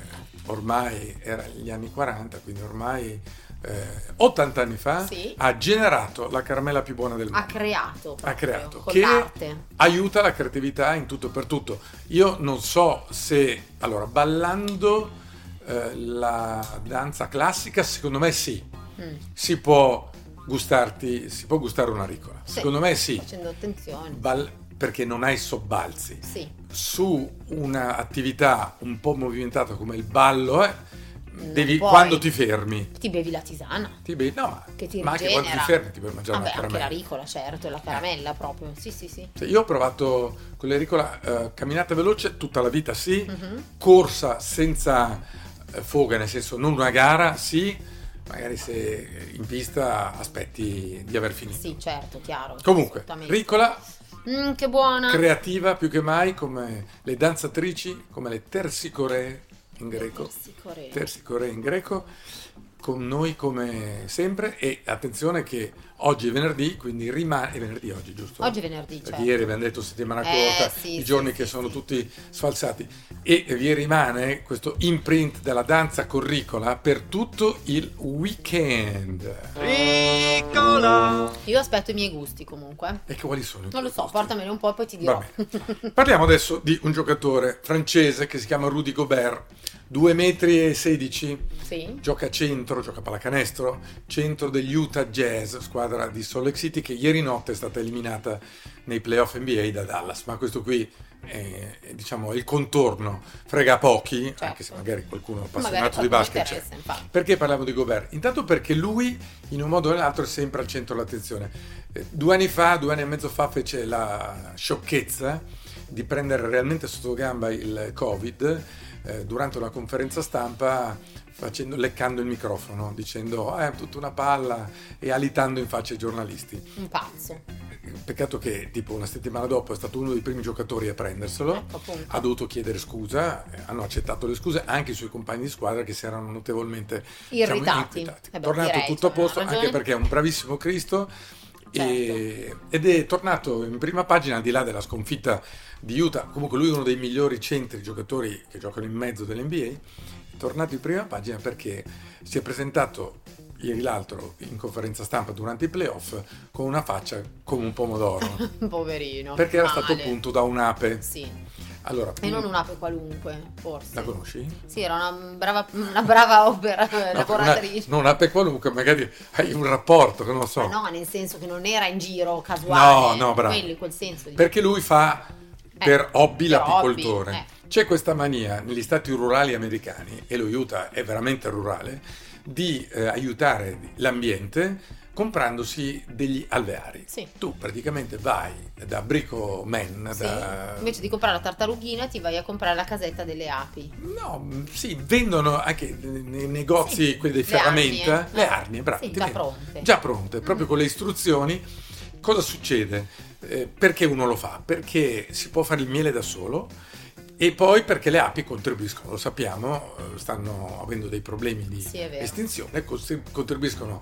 ormai era negli anni quaranta, quindi ormai eh, ottanta anni fa, Sì. ha generato la caramella più buona del mondo. Ha creato. Ha proprio, creato, con che l'arte. aiuta la creatività in tutto e per tutto. Io non so se, allora, ballando eh, la danza classica, secondo me sì, Mm. si può gustarti, si può gustare una Ricola. Sì. Secondo me sì, Facendo attenzione. Ball- perché non hai sobbalzi. Sì. Su un'attività un po' movimentata come il ballo, eh, devi, puoi. quando ti fermi, Ti bevi la tisana. ti bevi, no, ma, Che ti ma anche quando ti rigenera. fermi ti puoi mangiare Vabbè, una anche caramella. la ricola, certo, la caramella proprio. Sì, sì, sì. Cioè, io ho provato con l'ericola eh, camminata veloce tutta la vita, sì, Mhm. corsa senza eh, foga, nel senso non una gara, sì, magari se in pista aspetti di aver finito. Sì, certo, chiaro. Comunque, assolutamente. Ricola, Mm, che buona. creativa più che mai, come le danzatrici, come le tersicoree in greco. Tersicoree. Tersicoree in greco, con noi come sempre. E attenzione che oggi è venerdì, quindi rimane. È venerdì oggi, giusto? Oggi è venerdì, Perché certo. ieri abbiamo detto settimana Eh, corta, sì, i sì, giorni sì, che sì, sono sì. tutti sfalsati. E vi rimane questo imprint della danza con Ricola per tutto il weekend. Ricola. Io aspetto i miei gusti comunque. E che quali sono? i Non lo tuoi so, gusti? portamene un po' e poi ti Va dirò. bene. Parliamo adesso di un giocatore francese che si chiama Rudy Gobert, due metri e sedici, Sì. gioca a centro, gioca a pallacanestro, centro degli Utah Jazz, squadra di Salt Lake City che ieri notte è stata eliminata nei playoff N B A da Dallas, ma questo qui è, è, diciamo, il contorno, frega a pochi, Certo. anche se magari qualcuno Magari appassionato di qualcuno basket c'è. interessa, infatti. Perché parliamo di Gobert? Intanto perché lui, in un modo o nell'altro, è sempre al centro dell'attenzione. Eh, Due anni fa, due anni e mezzo fa, fece la sciocchezza di prendere realmente sotto gamba il Covid, eh, durante una conferenza stampa facendo, leccando il microfono, dicendo ah, è tutta una palla e alitando in faccia ai giornalisti. Un pazzo. Peccato che tipo una settimana dopo è stato uno dei primi giocatori a prenderselo, Ecco, ha dovuto chiedere scusa, eh, hanno accettato le scuse anche i suoi compagni di squadra che si erano notevolmente diciamo, Irritati. inquietati. Eh beh, Tornato direi, tutto a insomma, posto ha ragione. anche perché è un bravissimo Cristo. Certo. E, ed è tornato in prima pagina al di là della sconfitta di Utah. Comunque lui è uno dei migliori centri giocatori che giocano in mezzo dell'N B A, è tornato in prima pagina perché si è presentato ieri l'altro in conferenza stampa durante i playoff con una faccia come un pomodoro Poverino. perché era male. stato punto da un'ape. Sì. Allora, E non un'ape qualunque, forse. la conosci? Sì, era una brava, una brava opera No, lavoratrice. una- non ape qualunque, magari hai un rapporto che non lo so. Ma no, nel senso che non era in giro casuale. No, no, bravo. Quello, in quel senso. Di... Perché lui fa per Eh, hobby per l'apicoltore. hobby, eh. C'è questa mania negli stati rurali americani, e lo Utah è veramente rurale, di eh, aiutare l'ambiente comprandosi degli alveari. Sì. Tu praticamente vai da Brico Man, Sì. da... Invece di comprare la tartarughina ti vai a comprare la casetta delle api. No, sì, vendono anche nei negozi, Sì, quelli dei le ferramenta, arnie, eh. le arnie, bravo. Sì, ti già vendono. pronte. Già pronte, proprio con le istruzioni. Cosa succede? Eh, perché uno lo fa? Perché si può fare il miele da solo e poi perché le api contribuiscono, lo sappiamo, eh, stanno avendo dei problemi di Sì, è vero. estinzione, cos- contribuiscono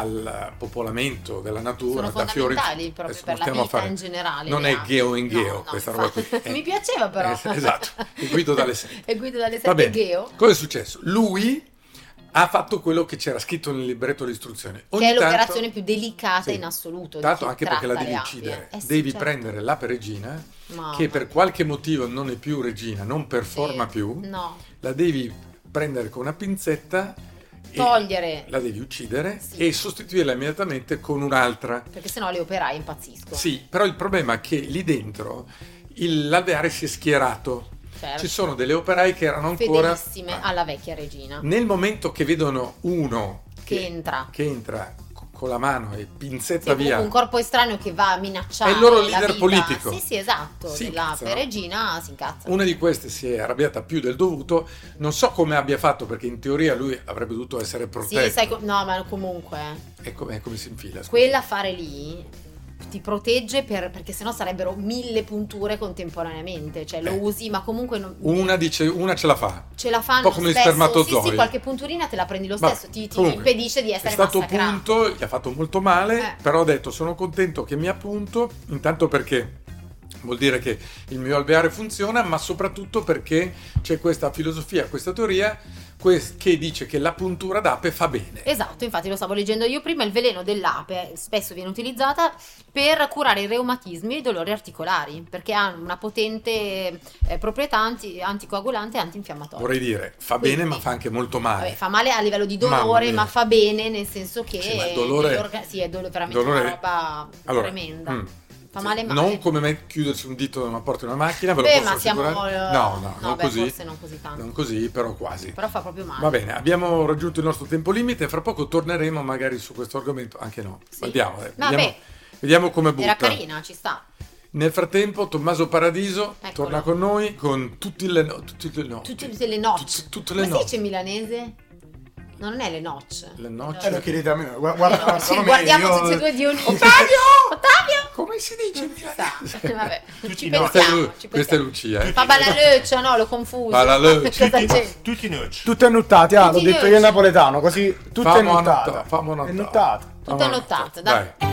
al popolamento della natura, Sono da fiori. fondamentali proprio Adesso per non la stiamo a vita fare- in generale. Non le è api. gheo in gheo No, no, questa roba qui. infatti. Eh, Mi piaceva però. eh, esatto, il guido dalle sette. E guido dalle Va sette bene. gheo. Cosa è successo? Lui ha fatto quello che c'era scritto nel libretto di istruzioni. Ogni Che è tanto- l'operazione più delicata Sì. in assoluto. di Tanto chi anche perché la tratta devi le api, uccidere. eh. Eh sì, Devi certo. prendere l'ape regina, Mamma che per mia. qualche motivo non è più regina, non Sì. performa più. No. La devi prendere con una pinzetta, e Togliere. la devi uccidere Sì. e sostituirla immediatamente con un'altra. Perché sennò le operai impazziscono. Sì, però il problema è che lì dentro il- l'alveare si è schierato. Certo. Ci sono delle operai che erano ancora Fedelissime Ah. alla vecchia regina. Nel momento che vedono uno Che entra. che entra co- con la mano e Sì, pinzetta via, comunque un corpo estraneo che va a minacciare È il loro la leader vita. politico. Sì, sì, esatto. Si Della incazzano. regina si incazza. una di queste si è arrabbiata più del dovuto. Non so come abbia fatto, perché in teoria lui avrebbe dovuto essere protetto. Sì, sai, co- no, ma comunque E come, come si infila? scusa? quella fare lì ti protegge per- perché sennò sarebbero mille punture contemporaneamente, cioè lo Eh. usi, ma comunque non- Una dice, una ce la fa. ce la fanno un po' come gli spesso. spermatozoi. Sì, sì, qualche punturina te la prendi lo Ma stesso, ti, ti comunque, impedisce di essere è stato massacrato. punto, gli ha fatto molto male, Eh. però ha detto sono contento che mi appunto, intanto perché vuol dire che il mio alveare funziona, ma soprattutto perché c'è questa filosofia, questa teoria que- che dice che la puntura d'ape fa bene. Esatto, infatti lo stavo leggendo io prima, il veleno dell'ape spesso viene utilizzata per curare i reumatismi e i dolori articolari, perché ha una potente eh, proprietà anti- anticoagulante e antinfiammatoria. Vorrei dire, fa Quindi- bene ma fa anche molto male. Vabbè, fa male a livello di Mamma dolore, mia. ma fa bene nel senso che Sì, ma il dolore- l'orga- sì, è dolo- veramente dolore- una roba Allora, tremenda. mm, Fa sì, male male. Non come me chiudersi un dito da una porta di una macchina, ve lo Beh, posso ma siamo assicurare. No, no, non beh, così. forse non così tanto. Non così, però quasi. Però fa proprio male. Va bene, abbiamo raggiunto il nostro tempo limite, fra poco torneremo magari su questo argomento, anche no. Sì. Vediamo, eh, Vabbè. vediamo, vediamo come butta. Era carina, ci sta. Nel frattempo Tommaso Paradiso Eccolo. torna con noi con tutti le no, tutti le no, Tutte, tutte le nocce. tutte, tutte le Come no. si dice in milanese? No, non è le nocce. Le nocce. Eh, lo chiedete a me. Guarda, guarda, Sì, guarda me, guardiamo io- tutti e due di un Ottavio! Ottavio! Come si dice in Sta. milanese? Vabbè, Tutti ci no. Questa è, pensiamo. Lu- ci questa è pensiamo. Lucia, eh. Fa Balaleccia, no, l'ho confuso. Balaleccia. Cosa c'è? Tutti noi. Tutte annuttate, ah, l'ho Tutti detto noi. io in napoletano, così tutte Famo annuttate. annota- famo annotare. Annuttate. Tutte Famo annottate, annotare. dai.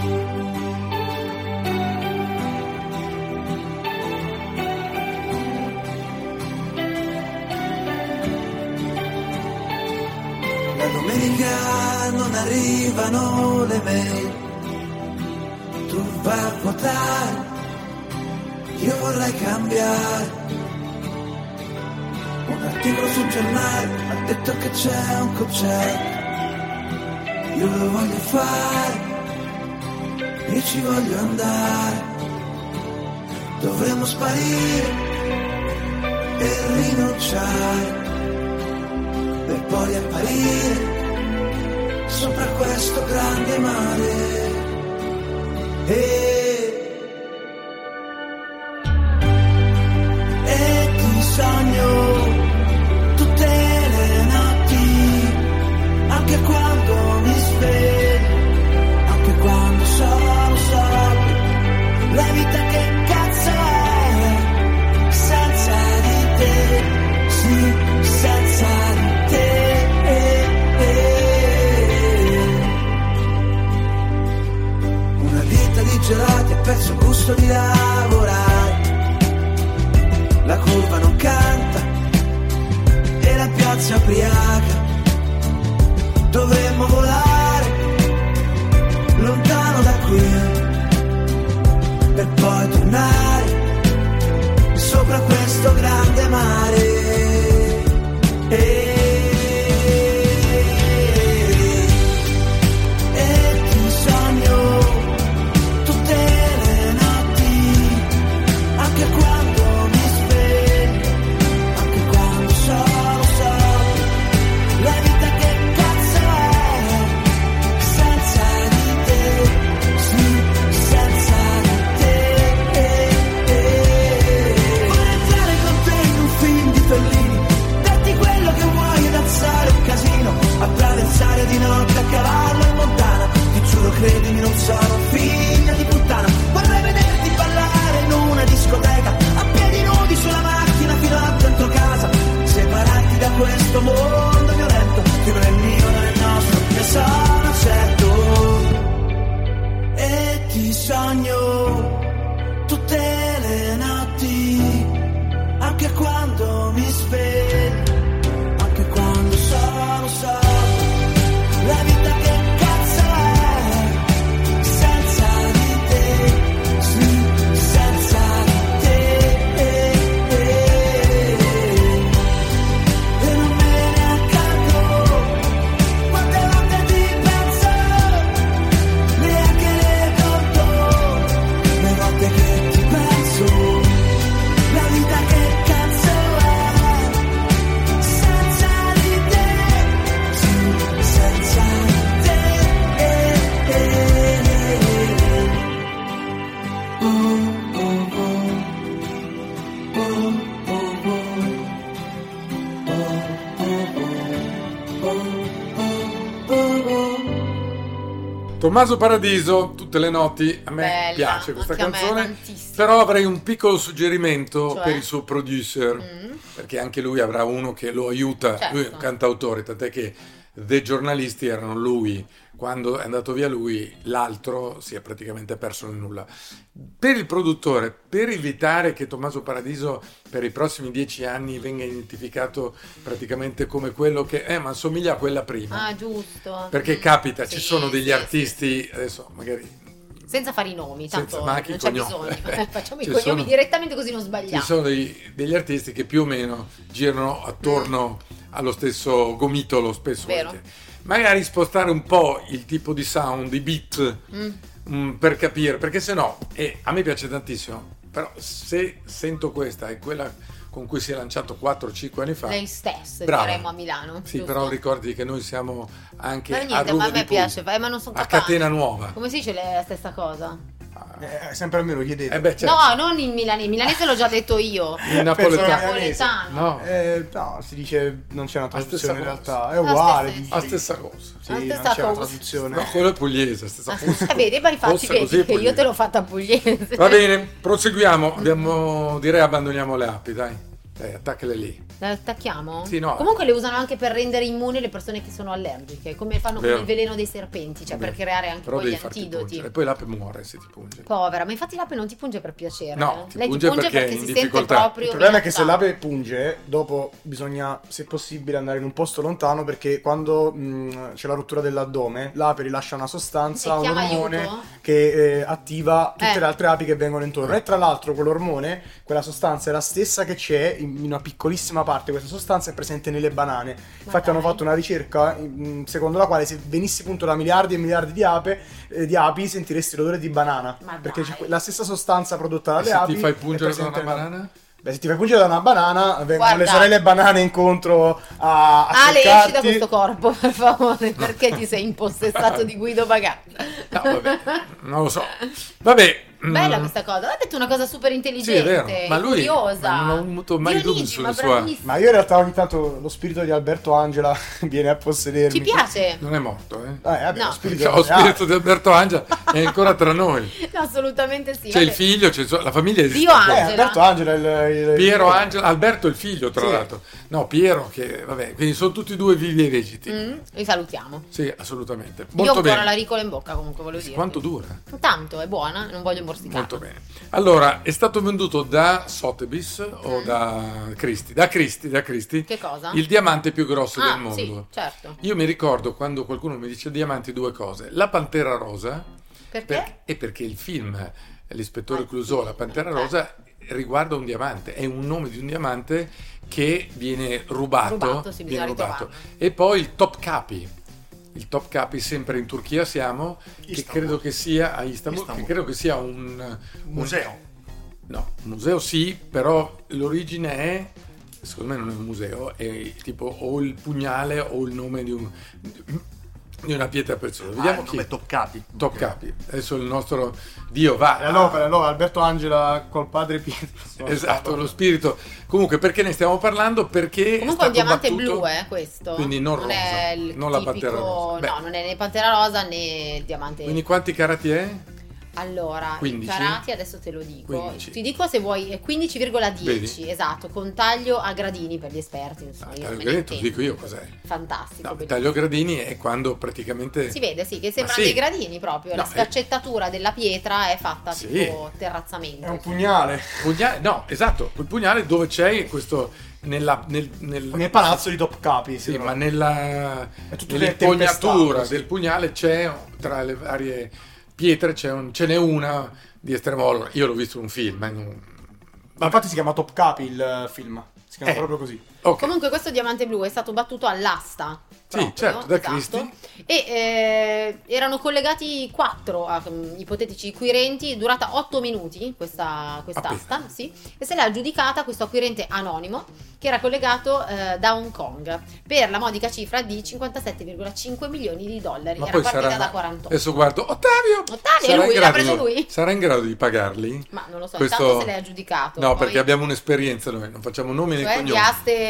La domenica non arrivano le mail, tu vai a votare, io vorrei cambiare. Un articolo sul giornale ha detto che c'è un concerto, io lo voglio fare, io ci voglio andare. Dovremmo sparire e rinunciare, per poi apparire sopra questo grande mare. E, e ti sogno Tommaso Paradiso, Tutte le notti, a me Bella, piace questa anche a me canzone, tantissimo. però avrei un piccolo suggerimento Cioè? per il suo producer, Mm. perché anche lui avrà uno che lo aiuta, Certo. lui è un cantautore, tant'è che The giornalisti erano lui, quando è andato via lui l'altro si è praticamente perso nel nulla. Per il produttore, per evitare che Tommaso Paradiso per i prossimi dieci anni venga identificato praticamente come quello che è, ma assomiglia a quella prima. Ah, giusto. Perché Mm. capita, Sì, ci sono degli sì, artisti, adesso magari senza fare i nomi, tanto Senza- ma anche non i c'è cognomi. bisogno. Facciamo i Ci cognomi sono- direttamente così non ci sbagliamo. sono dei- degli artisti che più o meno girano attorno allo stesso gomitolo spesso. Vero. volentieri. Magari spostare un po' il tipo di sound, i beat, Mm. mm, per capire, perché se no, e a me piace tantissimo, però se sento questa è quella con cui si è lanciato quattro cinque anni fa. Lei stessa, Brava. diremo a Milano. Sì, giusto? però ricordi che noi siamo anche Ma a niente, Ruvo ma a di me Puglia, piace, eh, ma non sono a capace. Catena Nuova. Come si dice la stessa cosa? Eh, sempre a me lo chiedete. Eh beh, certo. No, non in milanese, milanese l'ho già detto io. In napoletano. Napoletano. No, Eh, no, si dice non c'è una traduzione in stessa realtà, è La uguale. stessa- dici. la stessa cosa. Sì, La non stessa c'è una cosa. traduzione. No, quello è pugliese, stessa cosa. Eh, vedi, ma infatti Fosse vedi così è che io pugliese. te l'ho fatta pugliese. Va bene, proseguiamo. Abbiamo, direi abbandoniamo le api, dai. Dai, attaccale lì. Le attacchiamo? Sì, no. Comunque le usano anche per rendere immuni le persone che sono allergiche, come fanno Vero. con il veleno dei serpenti, cioè per Beh, creare anche però poi devi gli farti antidoti. pungere. E poi l'ape muore se ti punge. Povera, ma infatti l'ape non ti punge per piacere. No, eh. ti Lei punge ti punge perché perché, è in si sente difficoltà. proprio Il problema è che se minacciata. l'ape punge, dopo bisogna, se possibile, andare in un posto lontano perché quando mh, c'è la rottura dell'addome, l'ape rilascia una sostanza, E un chiama ormone aiuto? che eh, attiva tutte Eh. le altre api che vengono intorno. E tra l'altro quell'ormone, quella sostanza è la stessa che c'è in in una piccolissima parte. Questa sostanza è presente nelle banane. Infatti dai. hanno fatto una ricerca mh, secondo la quale se venissi punto da miliardi e miliardi di ape, eh, di api, sentiresti l'odore di banana. Ma perché dai. c'è que- la stessa sostanza prodotta E dalle se api ti fai è pungere con presente una nella- banana? Beh, se ti fai pungere da una banana, vengono Guarda. le sorelle banane incontro a, a Ale, esci cercarti. da questo corpo, per favore, perché ti sei impossessato di Guido Bagazza. No, vabbè, non lo so. Vabbè. Bella mm, questa cosa, ha detto una cosa super Sì, intelligente, è vero. Ma lui curiosa. ma non ho avuto mai Dionigi, dubbi sulla ma sua. bravissimo. Ma io in realtà ogni tanto lo spirito di Alberto Angela viene a possedermi. Ci piace? Non è morto, eh? Eh, vabbè, No. lo spirito Cioè, è lo reale. spirito di Alberto Angela è ancora tra noi. No, assolutamente sì. C'è il vabbè. figlio, c'è il suo- la famiglia esiste. Dio Eh, Angela. Alberto Angela il, il- Piero il- Angela, Alberto è il figlio, tra Sì. l'altro. No, Piero, che vabbè, quindi sono tutti e due vivi e vegeti. Mm, li salutiamo. Sì, assolutamente. Io ho Molto ancora bene. la ricola in bocca, comunque volevo dire. Quanto dura? Tanto, è buona, non voglio morsicare. Molto bene. Allora, è stato venduto da Sotheby's o da Christie? Da Christie, da Christie. Che cosa? Il diamante più grosso Ah, del mondo. sì, certo. Io mi ricordo quando qualcuno mi dice diamanti due cose. La Pantera Rosa, Perché? per- e perché il film L'ispettore Ah, Clouseau, la Pantera eh. Rosa, riguarda un diamante, è un nome di un diamante che viene rubato, Rubato, sì, viene bisogna rubato. ritrovarlo. E poi il Top Capi. Il Top Capi, sempre in Turchia siamo, che Istanbul. credo che sia a Istanbul, Istanbul. che credo che sia un, un- Museo. No, un museo sì, però l'origine è, secondo me non è un museo, è tipo o il pugnale o il nome di, un, di una pietra preziosa. Ah, Vediamo il chi nome Top Capi. Top Capi. Adesso il nostro Dio va. E allora, e allora Alberto Angela col padre Pietro. Esatto, lo spirito. Comunque, perché ne stiamo parlando? Perché Comunque è un stato diamante battuto- blu, eh, questo. Quindi non rosa, è il non la tipico- Pantera Rosa. Beh. No, non è né Pantera Rosa né il diamante. Quindi quanti carati è? Allora, quindici? i carati adesso te lo dico. quindici. Ti dico se vuoi è quindici virgola dieci, Vedi? esatto, con taglio a gradini per gli esperti, non so, Ah, io taglio non me ne gradini, te lo intendo. dico io cos'è. Fantastico. No, il bellissimo. taglio gradini è quando praticamente... Si vede, sì, che Ma sembrano sì. dei gradini proprio. La No, è- sfaccettatura della pietra è fatta Sì. tipo terrazzamento. È un pugnale. Pugnale, no, esatto, quel pugnale dove c'è questo nella, nel, nel, Nel palazzo di Top Capi. sì, però. ma nella È tutto nell'impugnatura tempestato, sì. del pugnale c'è tra le varie pietre c'è un- ce n'è una di estremo valore. Io l'ho visto in un film, eh, non- Ma infatti si chiama Top Capi il eh, film. Si chiama Eh. proprio così. ok. Comunque questo diamante blu è stato battuto all'asta. Sì, proprio, certo, da esatto. Christie. E eh, erano collegati quattro ah, mm, ipotetici acquirenti, durata otto minuti questa quest'asta, Appena. sì, e se l'ha aggiudicata questo acquirente anonimo che era collegato eh, da Hong Kong per la modica cifra di cinquantasette virgola cinque milioni di dollari. Ma era poi partita sarà da quarantotto. adesso guardo Ottavio Ottavio, sarà è lui, in l'ha grado preso di- lui? sarà in grado di pagarli? Ma non lo so, Questo- intanto se l'è aggiudicato. No, poi- perché abbiamo un'esperienza noi, non facciamo nomi né cioè, cognomi. di aste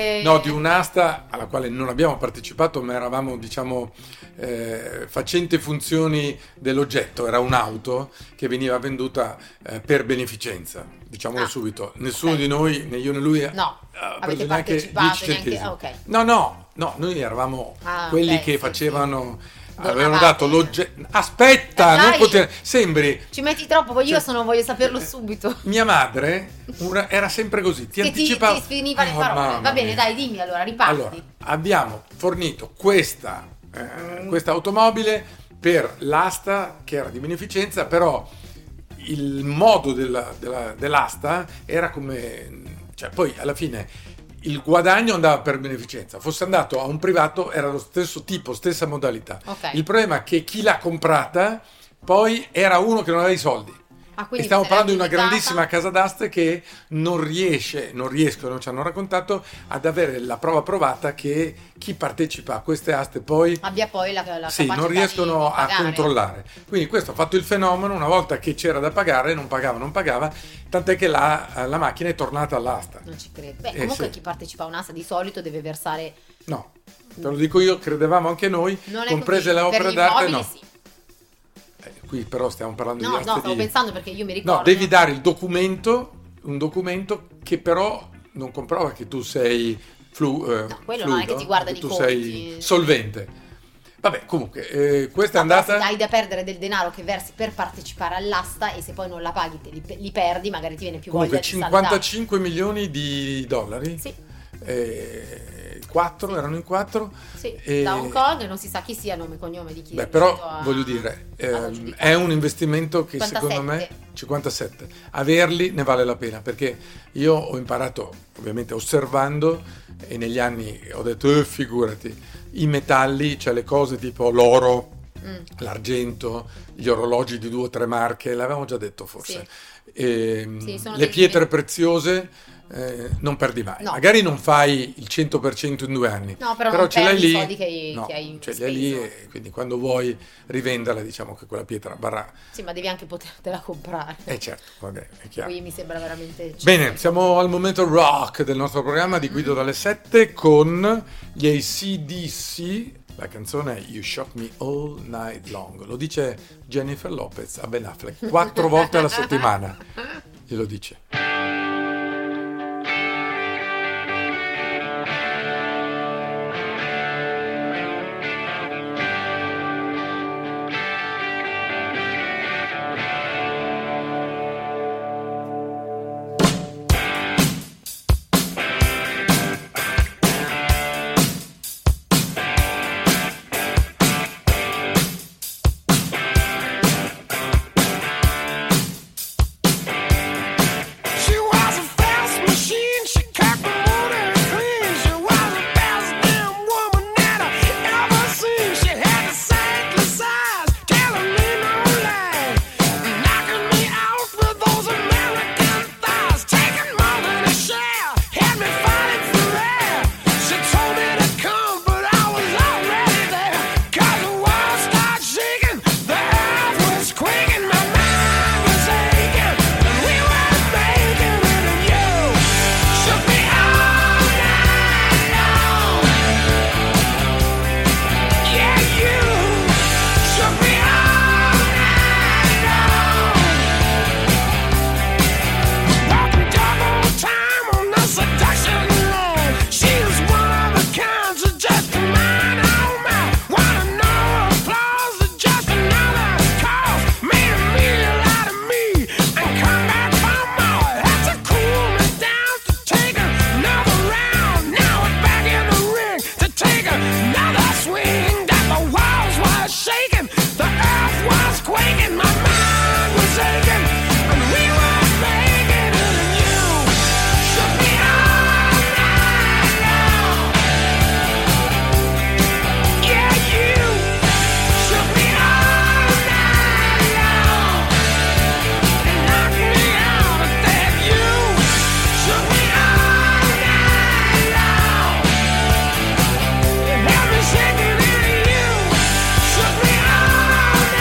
che... No, di un'asta alla quale non abbiamo partecipato, ma eravamo, diciamo, eh, facenti funzioni dell'oggetto. Era un'auto che veniva venduta eh, per beneficenza, diciamolo Ah, subito. Nessuno ok. di noi, né io né lui, No, ha avete preso neanche partecipato, dieci neanche- centesimi. ah, ok. No, no, no, noi eravamo Ah, quelli ok, che sì, facevano... sì. Avevano Donavate. dato l'oggetto. Aspetta, Eh, non dai. poter... Sembri. Ci metti troppo, poi io Cioè- sono, voglio saperlo subito. Mia madre una- era sempre così, ti Che ti, anticipava. ti finiva le Oh, parole. mamma Va bene, mia. dai, dimmi allora, riparti. Allora, abbiamo fornito questa, eh, questa automobile per l'asta che era di beneficenza, però il modo della- della- dell'asta era come... Cioè, poi alla fine il guadagno andava per beneficenza, fosse andato a un privato era lo stesso tipo, stessa modalità. Ok. Il problema è che chi l'ha comprata poi era uno che non aveva i soldi. Ah, E quindi stiamo se l'è parlando di una utilizzata- grandissima casa d'aste che non riesce, non riescono, ci hanno raccontato, ad avere la prova provata che chi partecipa a queste aste poi abbia poi la, la sì, capacità non di- riescono di a pagare. controllare. Quindi questo ha fatto il fenomeno, una volta che c'era da pagare, non pagava, non pagava, tant'è che la, la macchina è tornata all'asta. Non ci credo. Beh, Eh, comunque sì. chi partecipa a un'asta di solito deve versare... No, te lo dico io, credevamo anche noi, Non è comprese così. le Per opere gli d'arte, immobili no. sì. Eh, qui però stiamo parlando No, di no, aste stavo di... pensando perché io mi ricordo... No, devi dare il documento, un documento che però non comprova che tu sei flu, eh, No, quello non è fluido, che ti guardano che i tu conti. sei solvente. Vabbè, comunque, eh, questa è No, però andata... se hai da perdere del denaro che versi per partecipare all'asta e se poi non la paghi te li, li perdi, magari ti viene più Comunque voglia di saltare. cinquantacinque milioni di dollari. Sì. Eh, quattro, erano in quattro. Sì, E- da Hong Kong, non si sa chi sia, nome e cognome di chi Beh, è però riuscito a- voglio dire, ad ehm, aggiudicare. è un investimento che cinquantasette. secondo me cinquantasette. Averli ne vale la pena, perché io ho imparato ovviamente osservando e negli anni ho detto eh, figurati, i metalli, cioè le cose tipo l'oro, Mm. l'argento, gli orologi di due o tre marche, l'avevamo già detto forse. Ehm, Sì, sono le dei- pietre preziose eh, non perdi mai. No. Magari non fai il cento per cento in due anni, No, però non ce l'hai perdi i lì, soldi che hai- no, che hai ce li hai lì speso. e quindi quando vuoi rivenderla diciamo che quella pietra barra... Sì, ma devi anche potertela comprare. Eh certo, vabbè, è chiaro. Qui mi sembra veramente... Bene, siamo al momento rock del nostro programma di Guido dalle sette con gli A C D C. La canzone è You Shock Me All Night Long. Lo dice Jennifer Lopez a Ben Affleck quattro volte alla settimana. Glielo dice. She was a fast machine, she cocked the motor clean. She was the best damn woman that I ever seen. She had the sightless eyes, telling me no lies, knocking me out with those American thighs, taking more than a share, had me fighting for air. She told me to come, but I was already there. 'Cause the world started shaking, the earth was quaking, my mind was aching, and we were making it, and you shook me all night long. Yeah, you shook me all night long. Walking double time on the seduction line. She was one of a kind, so just a mine, oh my. Wanna know applause or just another cause? Made a meal out of me and come back for more. Had to cool me down to take another round. Now we're back in the ring to take another swing. That the walls were shaking, the earth was quaking, my mind was aching, and we were making it, and you shook me all night long. Yeah, you shook me all night long. Knocked me out of that. You shook me all night long. You had me shaking and you shook me all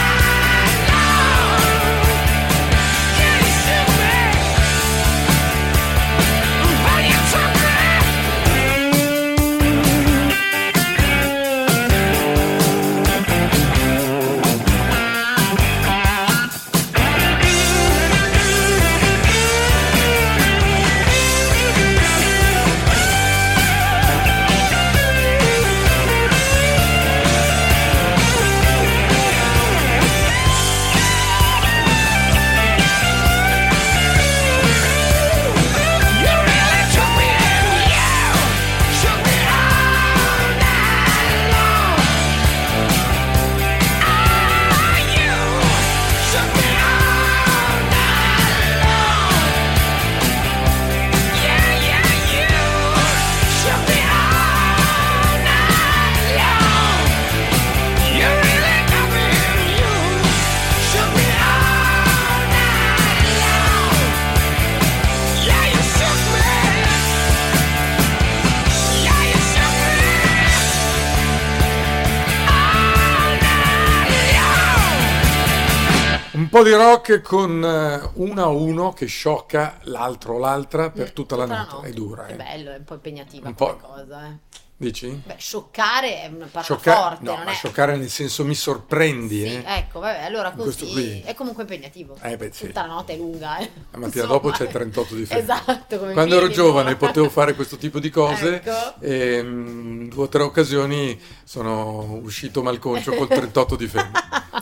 po' di rock con eh, una o uno che sciocca l'altro o l'altra per Mm, tutta la notte. È dura, È eh. bello, è un po' impegnativa Un come po'. cosa, eh. Dici? Beh, scioccare è una parola Scioccare, forte, no, non ma è... scioccare nel senso mi sorprendi, Sì, eh. ecco, vabbè, allora Questo così qui. è comunque impegnativo. Eh, beh, sì. Tutta la notte è lunga, eh. La mattina Insomma, dopo c'è trentotto di febbre. Esatto, come Quando ero minimo. giovane potevo fare questo tipo di cose Ecco. e in due o tre occasioni sono uscito malconcio col trentotto di febbre.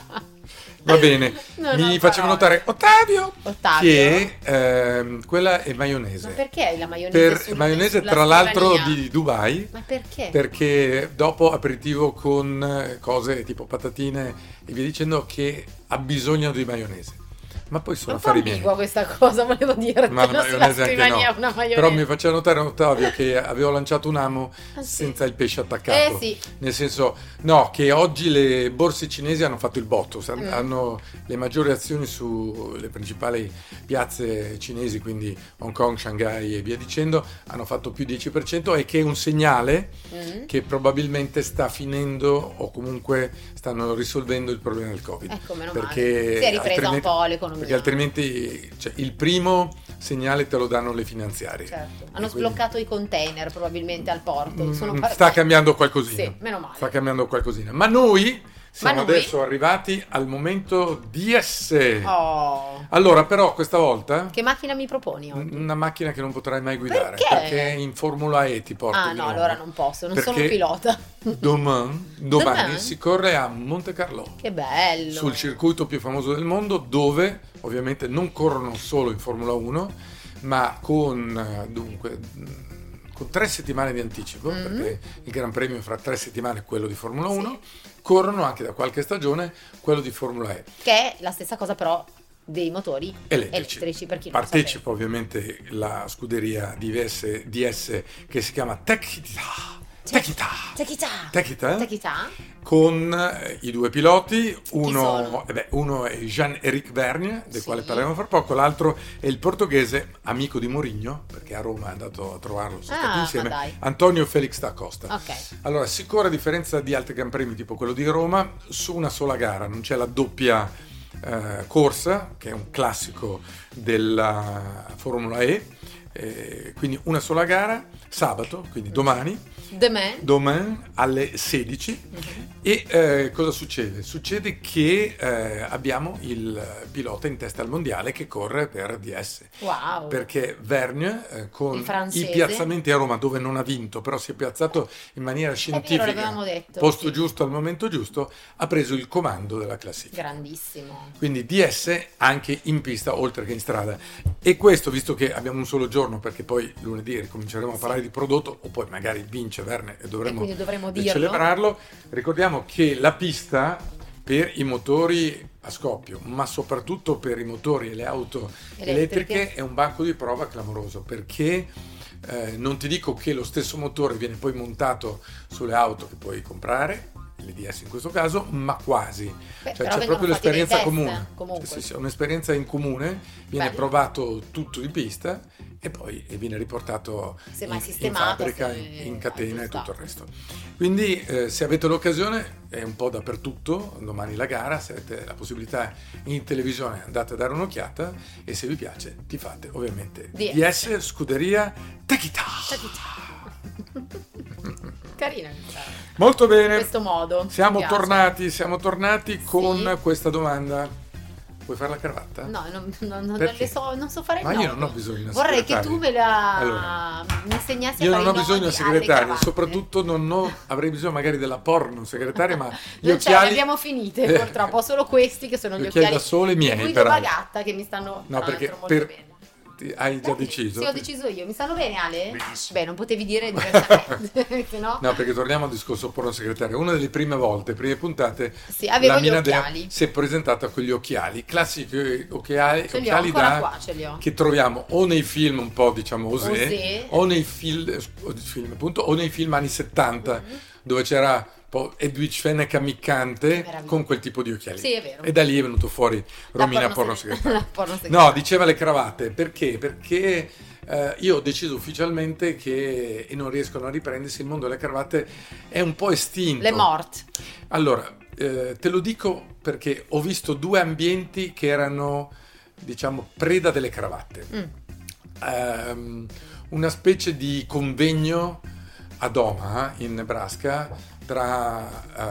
Va bene, Non mi ho faceva parole. notare Ottavio, Ottavio. che ehm, quella è maionese. Ma perché la maionese Per, sul- maionese sulla tra l'altro scrivania? di Dubai, Ma perché? perché dopo aperitivo con eh, cose tipo patatine e via dicendo che ha bisogno di maionese. Ma poi È sono un po' affari miei. ambigua questa cosa, volevo dire. Ma la maionese anche no. È una maionese. Però mi faceva notare Ottavio che avevo lanciato un amo Ah, sì. senza il pesce attaccato. Eh, sì. Nel senso, no, che oggi le borse cinesi hanno fatto il botto, sa- Mm. hanno le maggiori azioni sulle principali piazze cinesi, quindi Hong Kong, Shanghai e via dicendo, hanno fatto più dieci per cento e che è un segnale Mm. che probabilmente sta finendo o comunque stanno risolvendo il problema del Covid. Ecco, meno perché male. Si è ripresa un altrimenti- po' l'economia. Perché altrimenti cioè, il primo segnale te lo danno le finanziarie. Certo. E Hanno quindi- sbloccato i container probabilmente al porto. Sono Mm, par- sta cambiando qualcosina. Sì, meno male. Sta cambiando qualcosina. Ma noi siamo Ma noi? adesso arrivati al momento D S. Oh. Allora, però, questa volta Che macchina mi proponi oggi? una macchina che non potrai mai guidare Perché? in Formula E ti porto Ah di no, nuovo. allora non posso, non sono Perché pilota. Domani, domani Domani? si corre a Monte Carlo. Che bello. Sul circuito più famoso del mondo, dove ovviamente non corrono solo in Formula uno, ma con eh, dunque mh, con tre settimane di anticipo, Mm. perché il Gran Premio fra tre settimane è quello di Formula uno, corrono anche da qualche stagione quello di Formula E. Che è la stessa cosa però dei motori Elettrici. per chi non Partecipa ovviamente la scuderia di D S, D S che si chiama Techita. Techita. Techita. Techita. Techita. Con eh, i due piloti, uno, sono? eh beh, uno è Jean-Éric Vergne, del Sì. quale parleremo fra poco, l'altro è il portoghese, amico di Mourinho, perché a Roma è andato a trovarlo, sono Ah, stati ma insieme, dai. Antonio Felix da Costa. Ok. Allora, si corre a differenza di altri Gran Premi tipo quello di Roma, su una sola gara, non c'è la doppia eh, corsa, che è un classico della Formula E, eh, quindi una sola gara, sabato, quindi domani, The Man. domani alle sedici. E eh, cosa succede? Succede che eh, abbiamo il pilota in testa al mondiale che corre per D S. Wow. Perché Vergne eh, con Il francese. i piazzamenti a Roma, dove non ha vinto, però si è piazzato in maniera scientifica, l'avevamo detto, posto sì. giusto al momento giusto, ha preso il comando della classifica. Grandissimo. Quindi D S anche in pista oltre che in strada. E questo, visto che abbiamo un solo giorno, perché poi lunedì ricominceremo a parlare di prodotto, o poi magari vince Verne e dovremo, E quindi dovremo dirlo. celebrarlo, ricordiamo che la pista per i motori a scoppio, ma soprattutto per i motori e le auto Elettriche. elettriche, è un banco di prova clamoroso, perché eh, non ti dico che lo stesso motore viene poi montato sulle auto che puoi comprare, le D S in questo caso, ma quasi. Beh, Cioè, però c'è vengono proprio fatti dei l'esperienza test, comune. comunque. Sì, sì, sì, un'esperienza in comune, viene Bello. provato tutto di pista e poi e viene riportato Se in, mai in sistemato, fabbrica, se- in, in catena e tutto aggiustato. il resto. Quindi eh, se avete l'occasione, è un po' dappertutto, domani la gara, se avete la possibilità in televisione andate a dare un'occhiata e se vi piace ti fate ovviamente D S. D S Scuderia Techita. Carina questa- Molto in bene. questo modo. Siamo Mi piace. tornati, siamo tornati con Sì. questa domanda. Vuoi fare la cravatta? No, non, non, non Perché? le so, non so fare Ma il io nome. non ho bisogno di una Vorrei che segretaria. tu me la Allora, mi insegnassi a Io fare non ho i bisogno di nodi una alle segretaria, cravatte. soprattutto non ho, avrei bisogno magari della porno segretaria, ma gli Non c'è, le occhiali... abbiamo finite Eh. purtroppo, ho solo questi che sono Gli gli occhiali occhiali da sole miei, di Guido peraltro. Bagatta che mi stanno No, tra perché l'altro molto per- bene. Ti- Hai già deciso? Sì, ho deciso io. Mi stanno bene, Ale? Benissimo. Beh, non potevi dire diversamente, se no... No, perché torniamo al discorso porno segretaria. Una delle prime volte, prime puntate, Sì, avevo la gli Mina Dea occhiali. si è presentata con gli occhiali, classici occhiali, Ce li ho occhiali ancora da, qua, ce li ho. che troviamo o nei film un po' diciamo osè, Osè. o nei film, film appunto, o nei film anni settanta, Mm-hmm. dove c'era un po' Edwige Fenech ammiccante meraviglia. con quel tipo di occhiali. Sì, è vero. E da lì è venuto fuori La Romina porno porno segre- segretaria. la porno segretaria. No, diceva le cravatte, perché? Perché eh, io ho deciso ufficialmente che, e non riescono a riprendersi, il mondo delle cravatte è un po' estinto. Le morte. Allora, eh, te lo dico perché ho visto due ambienti che erano, diciamo, preda delle cravatte. Mm. Um, una specie di convegno ad Omaha, in Nebraska, tra,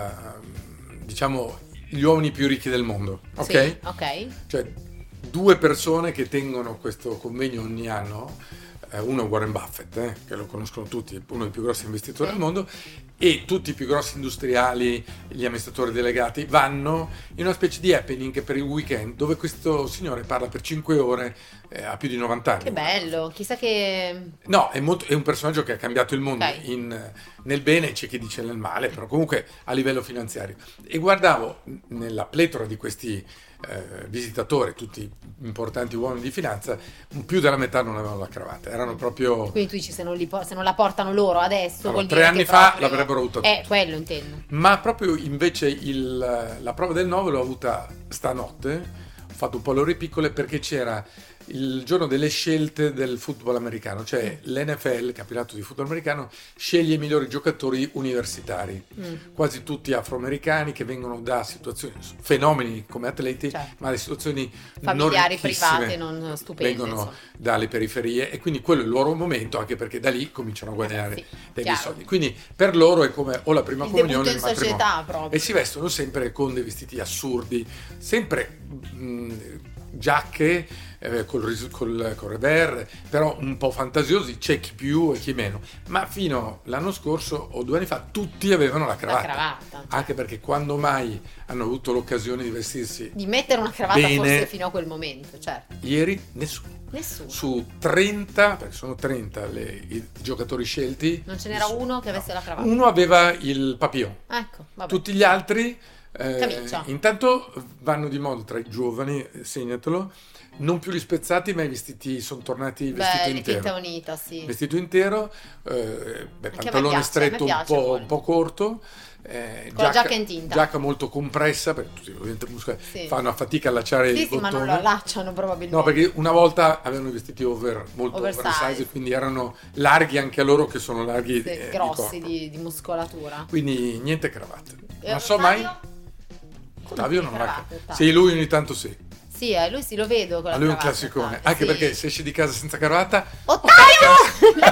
uh, diciamo, gli uomini più ricchi del mondo, ok? Sì, ok. Cioè, due persone che tengono questo convegno ogni anno, eh, uno è Warren Buffett, eh, che lo conoscono tutti, è uno dei più grossi investitori Sì. del mondo, e tutti i più grossi industriali, gli amministratori delegati, vanno in una specie di happening per il weekend, dove questo signore parla per cinque ore, eh, ha più di novanta anni. Che bello, chissà che... No, è, molto, è un personaggio che ha cambiato il mondo, Ok. in, nel bene, c'è chi dice nel male, però comunque a livello finanziario. E guardavo nella pletora di questi eh, visitatori, tutti importanti uomini di finanza, più della metà non avevano la cravatta, erano proprio... Quindi tu dici se non, li po- se non la portano loro adesso Allora, vuol tre dire anni che fa proprio- l'avrebbero avuto Eh, tutti. quello intendo. Ma proprio invece il, la prova del nove l'ho avuta stanotte, ho fatto un po' le ore piccole perché c'era il giorno delle scelte del football americano, cioè l'N F L, il campionato di football americano, sceglie i migliori giocatori universitari, Mm. quasi tutti afroamericani che vengono da situazioni, fenomeni come atleti, Certo. ma da situazioni Familiari, non ricchissime, private, non stupende, vengono insomma. dalle periferie, e quindi quello è il loro momento, anche perché da lì cominciano a guadagnare Sì, degli chiaro. soldi. Quindi per loro è come o la prima Il comunione debutto o in il matrimonio. società proprio. E si vestono sempre con dei vestiti assurdi, sempre mh, giacche eh, col, ris- col, col revers, però un po' fantasiosi, c'è chi più e chi meno. Ma fino l'anno scorso o due anni fa tutti avevano la cravatta. cravatta, Anche perché quando mai hanno avuto l'occasione di vestirsi Di mettere una cravatta bene, forse fino a quel momento, certo. ieri nessuno. Nessuno. Su trenta, perché sono trenta le- i giocatori scelti, Non ce n'era uno che avesse la cravatta. uno aveva il papillon. Ecco, vabbè. Tutti gli altri eh, Camicia. intanto vanno di moda tra i giovani, eh, segnatelo, non più gli spezzati ma i vestiti, sono tornati vestito Beh, intero. tinta unita, sì. Vestito intero, eh, beh, Anche a me pantalone piace, stretto a me un piace po', quello. un po' corto, eh, Con la giacca in tinta. giacca molto compressa, perché tutti ovviamente muscolari Sì. fanno a fatica a allacciare Sì, il sì, ma non bottone. lo allacciano probabilmente. No, perché una volta avevano i vestiti over, molto Oversize. oversize, quindi erano larghi anche a loro che sono larghi, Sì, eh, di grossi corpo. di, di muscolatura. Quindi niente cravatte. E Non so mai. Ottavio? Ottavio non ha cravatte, Ottavio. Sì, lui ogni tanto sì. Sì, eh, lui sì, lo vedo con A la lui è un cravatta, classicone. infatti, Anche sì. perché se esci di casa senza cravatta, Ottavio! La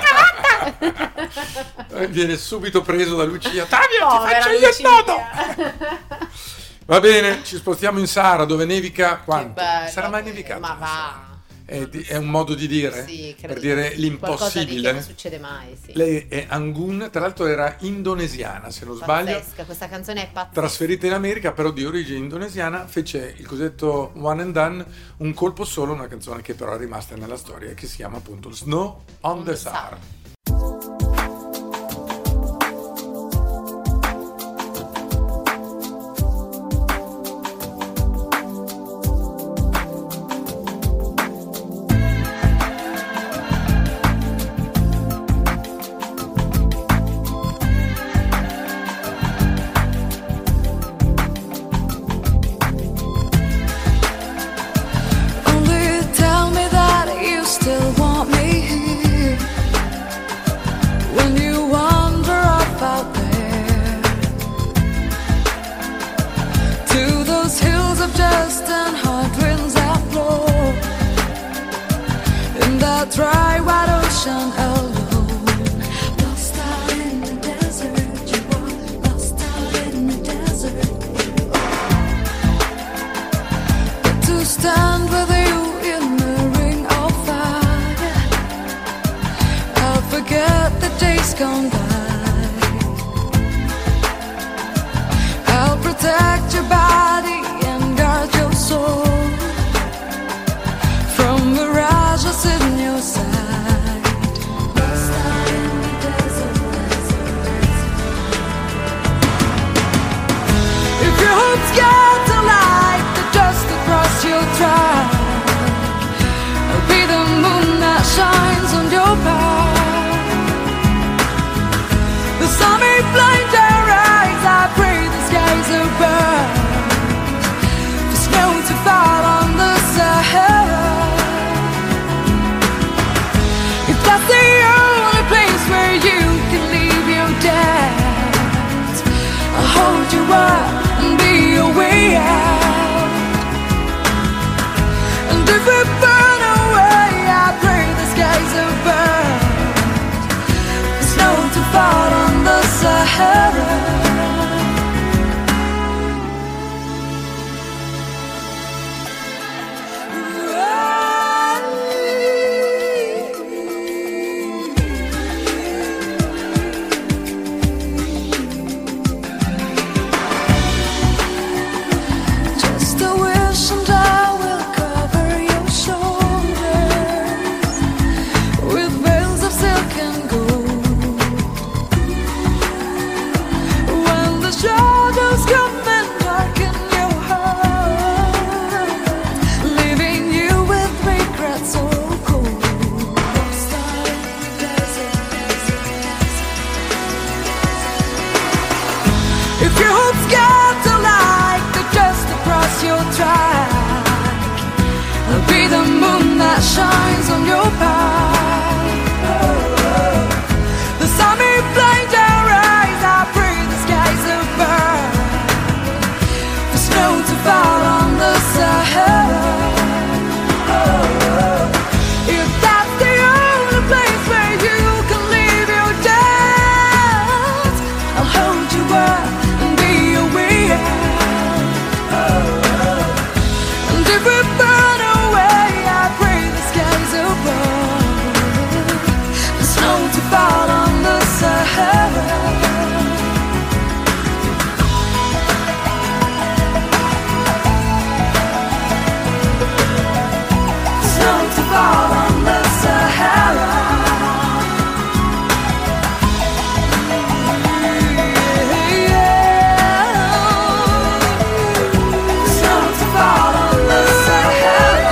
cravatta! eh, viene subito preso da Lucia. Ottavio, Povera ti faccio io il nodo! Lucia. Va bene, ci spostiamo in Sahara dove nevica quanto? bello, Sarà mai che- nevicato? ma in va. Sahara? È, di- è un modo di dire? Sì, credo. Per dire Qualcosa di che l'impossibile. non succede mai, sì. Lei è Angun, tra l'altro era indonesiana, se non sbaglio. Pazzesca, questa canzone è pazzesca. Trasferita in America, però di origine indonesiana, fece il cosiddetto One and Done, un colpo solo, una canzone che però è rimasta nella storia e che si chiama appunto Snow on, On the the Sahara. Only tell me that you still want me here when you wander off out there to those hills of dust and hard winds that blow in that dry white ocean alone. Lost out in the desert, you are lost out in the desert. To stand with you in the ring of fire, I'll forget the days gone by. I'll protect your body and guard your soul from mirages in your sight. Lost out in the desert, desert, desert. If your hopes get to light the dust across your track, I'll be the moon that shines on your path. The sun may blind your eyes, I pray the skies are bright for snow to fall on the Sahara. If that's the only place where you can leave your doubts, I'll hold you up and be lost your track. I'll be the moon that shines on your path. The sun may blind our eyes, I pray the skies will burn. For snow to fall on the Sahara. If that's the only place where you can leave your doubts, I'll hold you up and be your way out. And if we burn away, I pray the skies above. The snow to fall on the Sahara. Fall on the Sahara. Snow to fall on the Sahara.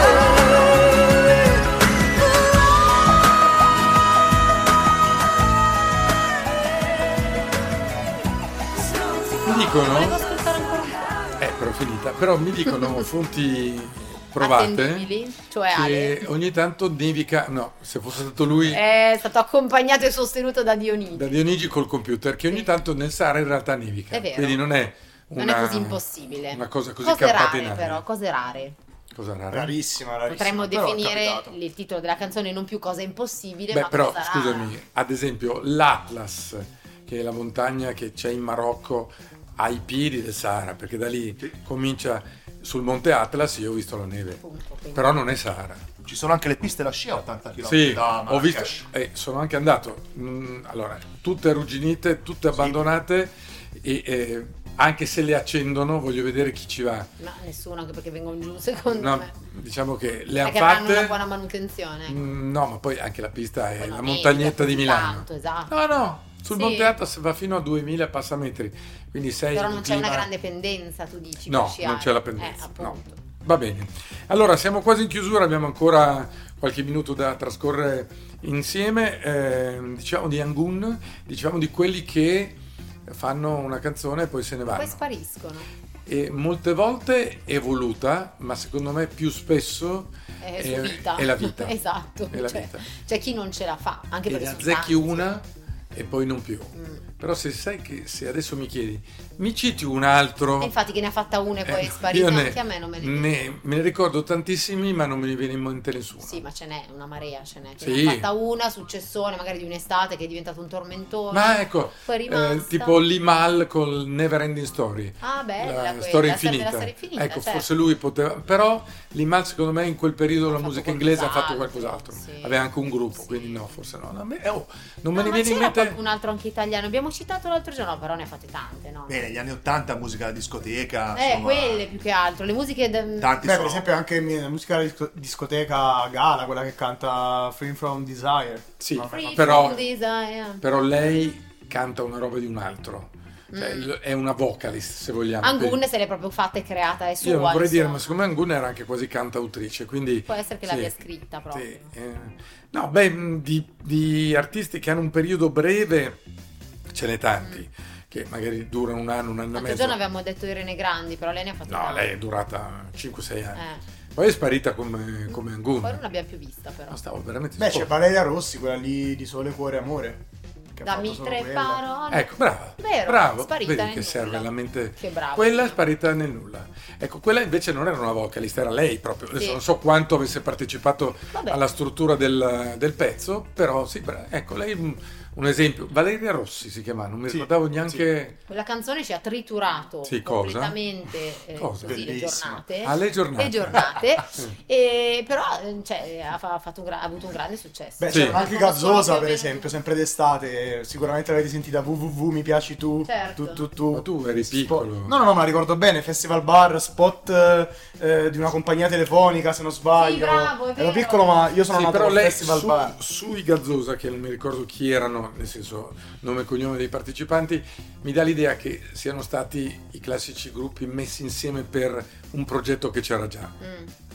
Mi dicono, Volevo ascoltare ancora un po'. eh, però finita, però mi dicono fonti provate Attendibili, cioè che Ale. ogni tanto nevica, no, se fosse stato lui È stato accompagnato e sostenuto da Dionigi. da Dionigi col computer, che ogni tanto nel Sahara in realtà nevica, È vero. quindi non è una, Non è così impossibile. una cosa così Cose campata in rare, aria. però, cose rare. Cosa rara? Rarissima, rarissima. Potremmo però è definire capitato. il titolo della canzone non più cosa impossibile, Beh, ma però cosa scusami, rara. ad esempio l'Atlas, che è la montagna che c'è in Marocco ai piedi del Sahara, perché da lì comincia sul monte Atlas, io ho visto la neve, Appunto, quindi- però non è Sahara. Ci sono anche le piste da sci a ottanta chilometri Sì, da ho visto, Marrakesh. eh, sono anche andato. Mm, allora, tutte arrugginite, tutte abbandonate, e eh, anche se le accendono, voglio vedere chi ci va. Ma nessuno, anche perché vengono giù, secondo No, me. diciamo che le hanno Perché avranno una fatte. buona manutenzione. Mm, no, ma poi anche la pista è Poi la non montagnetta nevica di così Milano. tanto, esatto. No, no, sul Sì. monte Atlas va fino a duemila passametri, quindi sei Però in non c'è clima- una grande pendenza, tu dici, No, per sciare. non c'è la pendenza, Eh, no. appunto. Va bene. Allora, siamo quasi in chiusura, abbiamo ancora qualche minuto da trascorrere insieme. Eh, diciamo di Angun, diciamo di quelli che fanno una canzone e poi se ne vanno. Poi spariscono. E molte volte è voluta, ma secondo me più spesso È, è, su vita. è la vita. Esatto. È la cioè, vita. c'è chi non ce la fa, anche E perché ne sono azzecchi tanti. una e poi non più. Mm. Però se sai che se adesso mi chiedi, mi citi un altro. E infatti che ne ha fatta una e poi Eh, è sparita, io ne- anche a me non me ne viene. ne, me ne ricordo tantissimi, ma non me ne viene in mente nessuno. Sì, ma ce n'è una marea, ce n'è. Ce Sì. ne ha fatta una, successone magari di un'estate che è diventato un tormentone. Ma ecco, Poi è rimasta. eh, tipo Limal col Never Ending Story. Ah, bella la quella, storia la storia infinita. della storia infinita, Ecco, certo. forse lui poteva. Però Limal, secondo me, in quel periodo la fatto musica inglese ha fatto qualcos'altro, qualcos'altro. sì. Aveva anche un gruppo, Sì. quindi no, forse no. No, a me- oh, non No, me ne ma viene in c'era mente. qualcun altro anche italiano. Abbiamo citato l'altro giorno, però ne ha fatte tante, no? Bene, negli anni ottanta musica da discoteca. Eh, insomma, quelle più che altro. Le musiche. de- Tanti Beh, sono. per esempio anche la musica della disco- discoteca Gala, quella che canta Free From Desire. Sì, No, Free però, from desire. però lei canta una roba di un altro. Cioè, il- è una vocalist, se vogliamo. Mm. Angun Quindi- se l'è proprio fatta e creata, è sua. Io non vorrei dire, ma insomma. secondo me Angun era anche quasi cantautrice, quindi... Può essere che sì, l'abbia scritta proprio. sì, eh. No, beh, mh, di, di artisti che hanno un periodo breve ce n'è tanti, che magari durano un anno, un anno e L'altro mezzo. giorno avevamo detto Irene Grandi, però lei ne ha fatto No, tante. lei è durata cinque sei anni. Eh. Poi è sparita come, come Angun. Poi non l'abbiamo più vista, però. No, stavo veramente Beh, c'è scoperto. Valeria Rossi, quella lì di Sole, Cuore, Amore. Che ha fatto Dammi solo tre quella. parole. Ecco, brava. Vero, bravo. sparita Vedi nel che serve nulla. la mente. Che bravo. Quella è sparita nel nulla. Ecco, quella invece non era una vocalist, era lei proprio. Adesso Sì. non so quanto avesse partecipato Vabbè. alla struttura del, del pezzo, però sì, bra- ecco, lei un, un esempio. Valeria Rossi si chiamava, non mi Sì, ricordavo neanche. Quella canzone ci ha triturato Sì, cosa? completamente eh, Cosa? così, le Bellissima. giornate. Ah, le giornate. Le giornate. Sì. E, però eh, cioè, ha, fa- ha fatto un gra- ha avuto un grande successo. Beh, Sì. c'era anche Sono solo Gazzosa, più o per meno- esempio, sempre d'estate. Sicuramente l'avete sentita www, mi piaci tu. Certo. Tu, tu, tu. Ma tu eri Spot- piccolo. No, no, no, ma la ricordo bene. Festival bar, spot eh, di una compagnia telefonica, se non sbaglio. Sì, bravo, è Ero vero. piccolo, ma io sono Sì, nato però al lei Festival su- bar. sui Gazzosa, che non mi ricordo chi erano, nel senso nome e cognome dei partecipanti, mi dà l'idea che siano stati i classici gruppi messi insieme per un progetto che c'era già. Mm.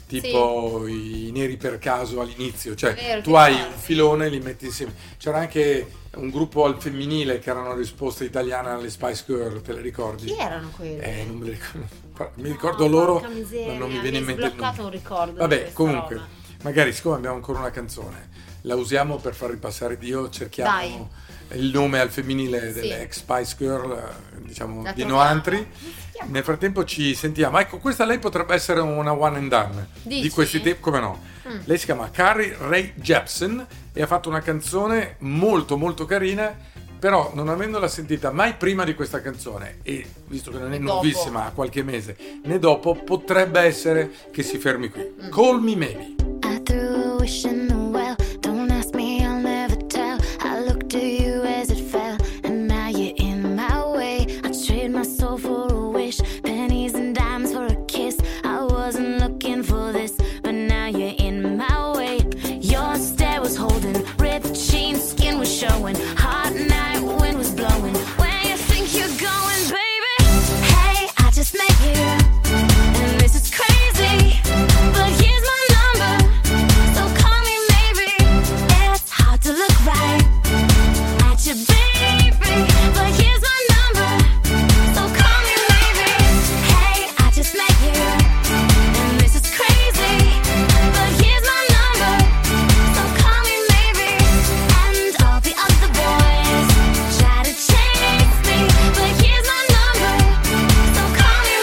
tipo i, i neri per caso all'inizio, cioè Vero, tu ti hai ricordi? un filone e li metti insieme. C'era anche un gruppo al femminile che era una risposta italiana alle Spice Girl, te le ricordi? Chi erano quelli? Eh, non me le ricordo. Mi ricordo Ah, loro, porca miseria, ma non mi viene in hai mente il sbloccato nome. un ricordo di Vabbè, questa comunque, roba. magari siccome abbiamo ancora una canzone, la usiamo per far ripassare Dio, cerchiamo Dai. il nome al femminile Sì. delle ex Spice Girl, eh, diciamo La di troviamo. Noantri. Nel frattempo ci sentiamo. Ecco, questa lei potrebbe essere una one and done. Dici? Di questi tempi, come no? Mm. Lei si chiama Carrie Rae Jepsen e ha fatto una canzone molto molto carina, però non avendola sentita mai prima di questa canzone e visto che non è E dopo. nuovissima, ha qualche mese, né dopo, potrebbe essere che si fermi qui. Mm. Call Me Maybe. I threw a wish in the well. Don't ask me, I'll never tell. I looked at you as it fell, and now you're in my way. I trade my soul for a wish, pennies and dimes for a kiss. I wasn't looking for this, but now you're in my way. Your stare was holding, ripped jeans, skin was showing. Hot night, wind was blowing. Where you think you're going, baby? Hey, I just met you, and this is crazy. But here's my number, so call me maybe. It's hard to look right at you, baby. But here's my number, so call me maybe. Hey, I just met you, and this is crazy. But here's my number, so call me maybe. And all the other boys try to chase me, but here's my number, so call me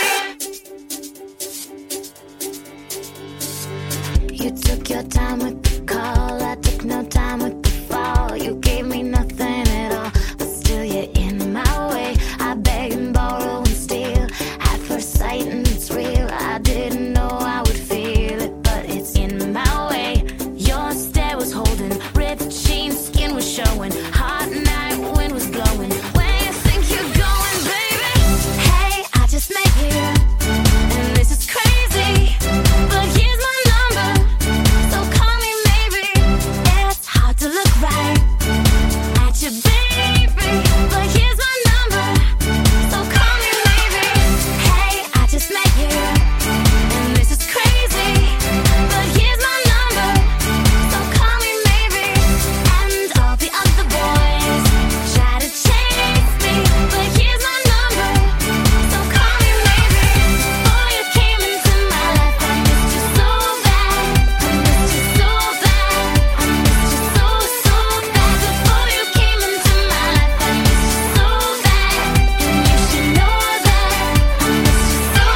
maybe. You took your time with the call, I took no time with the fall. You gave me nothing at all, but still you're in my way. I beg and borrow and steal at first sight, and it's real. I didn't know I would feel it, but it's in my way. Your stare was holding, ripped jeans, skin was showing. Hot night, wind was blowing. Where you think you're going, baby? Hey, I just met you, and this is crazy. But here's my number, so call me maybe. It's hard to look right at you, baby. But here's my number, so call me maybe. Hey, I just met you, and this is crazy. But here's my number, so call me maybe. And all the other boys try to chase me, but here's my number, so call me maybe. Before you came into my life, I missed you so bad. I missed you so bad. I missed you so, so bad. Before you came into my life, I missed you so bad. And you should know that. I missed you so,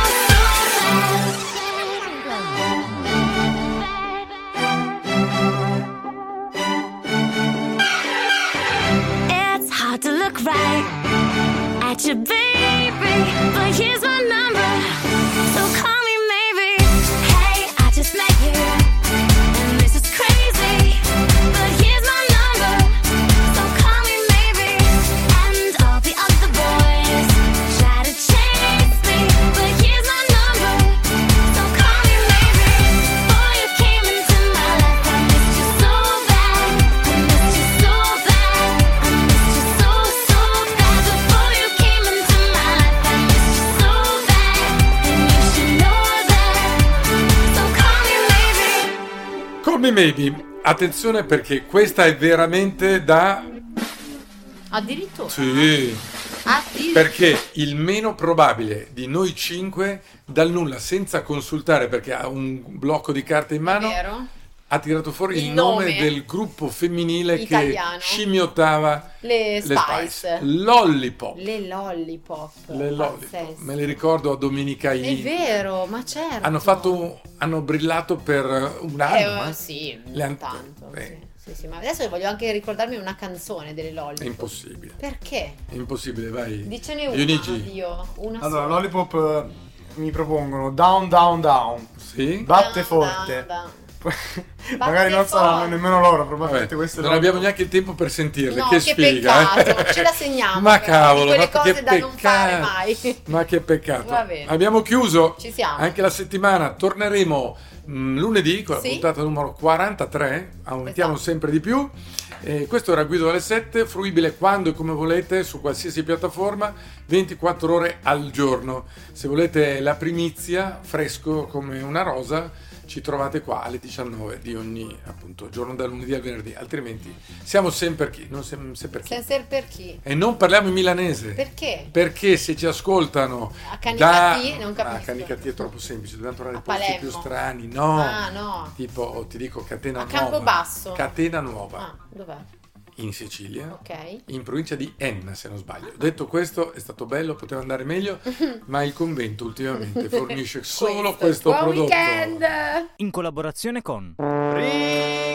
so bad. It's hard to look right at you, baby. But here's my number, so call me maybe. Hey, I just met you, and this is crazy. But here's my number, so call me maybe. And all the other boys try to chase me, but here's my number, so call me maybe. Before you came into my life, I missed you so bad. I missed you so bad. I missed you so, so bad. Before you came into my life, I missed you so bad. And you should know that, so call me maybe. Call Me Maybe. Attenzione perché questa è veramente da... Addirittura. Sì. Addirittura. Perché il meno probabile di noi cinque, dal nulla, senza consultare, perché ha un blocco di carte in mano, Vero? ha tirato fuori il, Il nome, nome. del gruppo femminile Italiano. che scimmiottava Le Spice. Lollipop. Le Lollipop. Le Lollipop. Pazzesco. Me le ricordo a Domenica È I. vero, ma certo. Hanno fatto, hanno brillato per un Eh, anno. eh. sì, Le han- tanto. eh, Sì, sì, ma adesso voglio anche ricordarmi una canzone delle Lollipop. È impossibile. Perché? È impossibile, vai. Dicene una, Dionigi. Dio. Una Allora, sola. Lollipop eh, mi propongono Down Down Down. Sì? Batte Down, forte. down, down. Magari non saranno nemmeno loro, probabilmente. Vabbè, queste non loro- abbiamo neanche il tempo per sentirle. No, che, che sfiga, eh? peccato, ce la segniamo. Ma però, cavolo, di quelle ma cose che da non fare peccato. mai. Ma che peccato. Va bene. Abbiamo chiuso Ci siamo. anche la settimana. Torneremo mh, lunedì con la Sì. puntata numero quarantatré. Aumentiamo Esatto. sempre di più. Eh, questo era Guido alle sette, fruibile quando e come volete su qualsiasi piattaforma, ventiquattro ore al giorno. Se volete la primizia, fresco come una rosa, ci trovate qua alle diciannove di ogni appunto giorno, dal lunedì al venerdì. Altrimenti siamo sempre chi, non sem- sempre chi. Senza per chi? E non parliamo in milanese. Perché? Perché se ci ascoltano A Canicati da... non capisco. Ah, Canicati è troppo semplice, dobbiamo trovare A posti Palermo. più strani. No. Ah, no. Tipo, ti dico Catena A Nuova. Campobasso. Catena Nuova. Ah, dov'è? In Sicilia, Ok. in provincia di Enna se non sbaglio. Detto questo, è stato bello, poteva andare meglio, ma il convento ultimamente fornisce solo questo Buon prodotto. weekend! In collaborazione con Ri-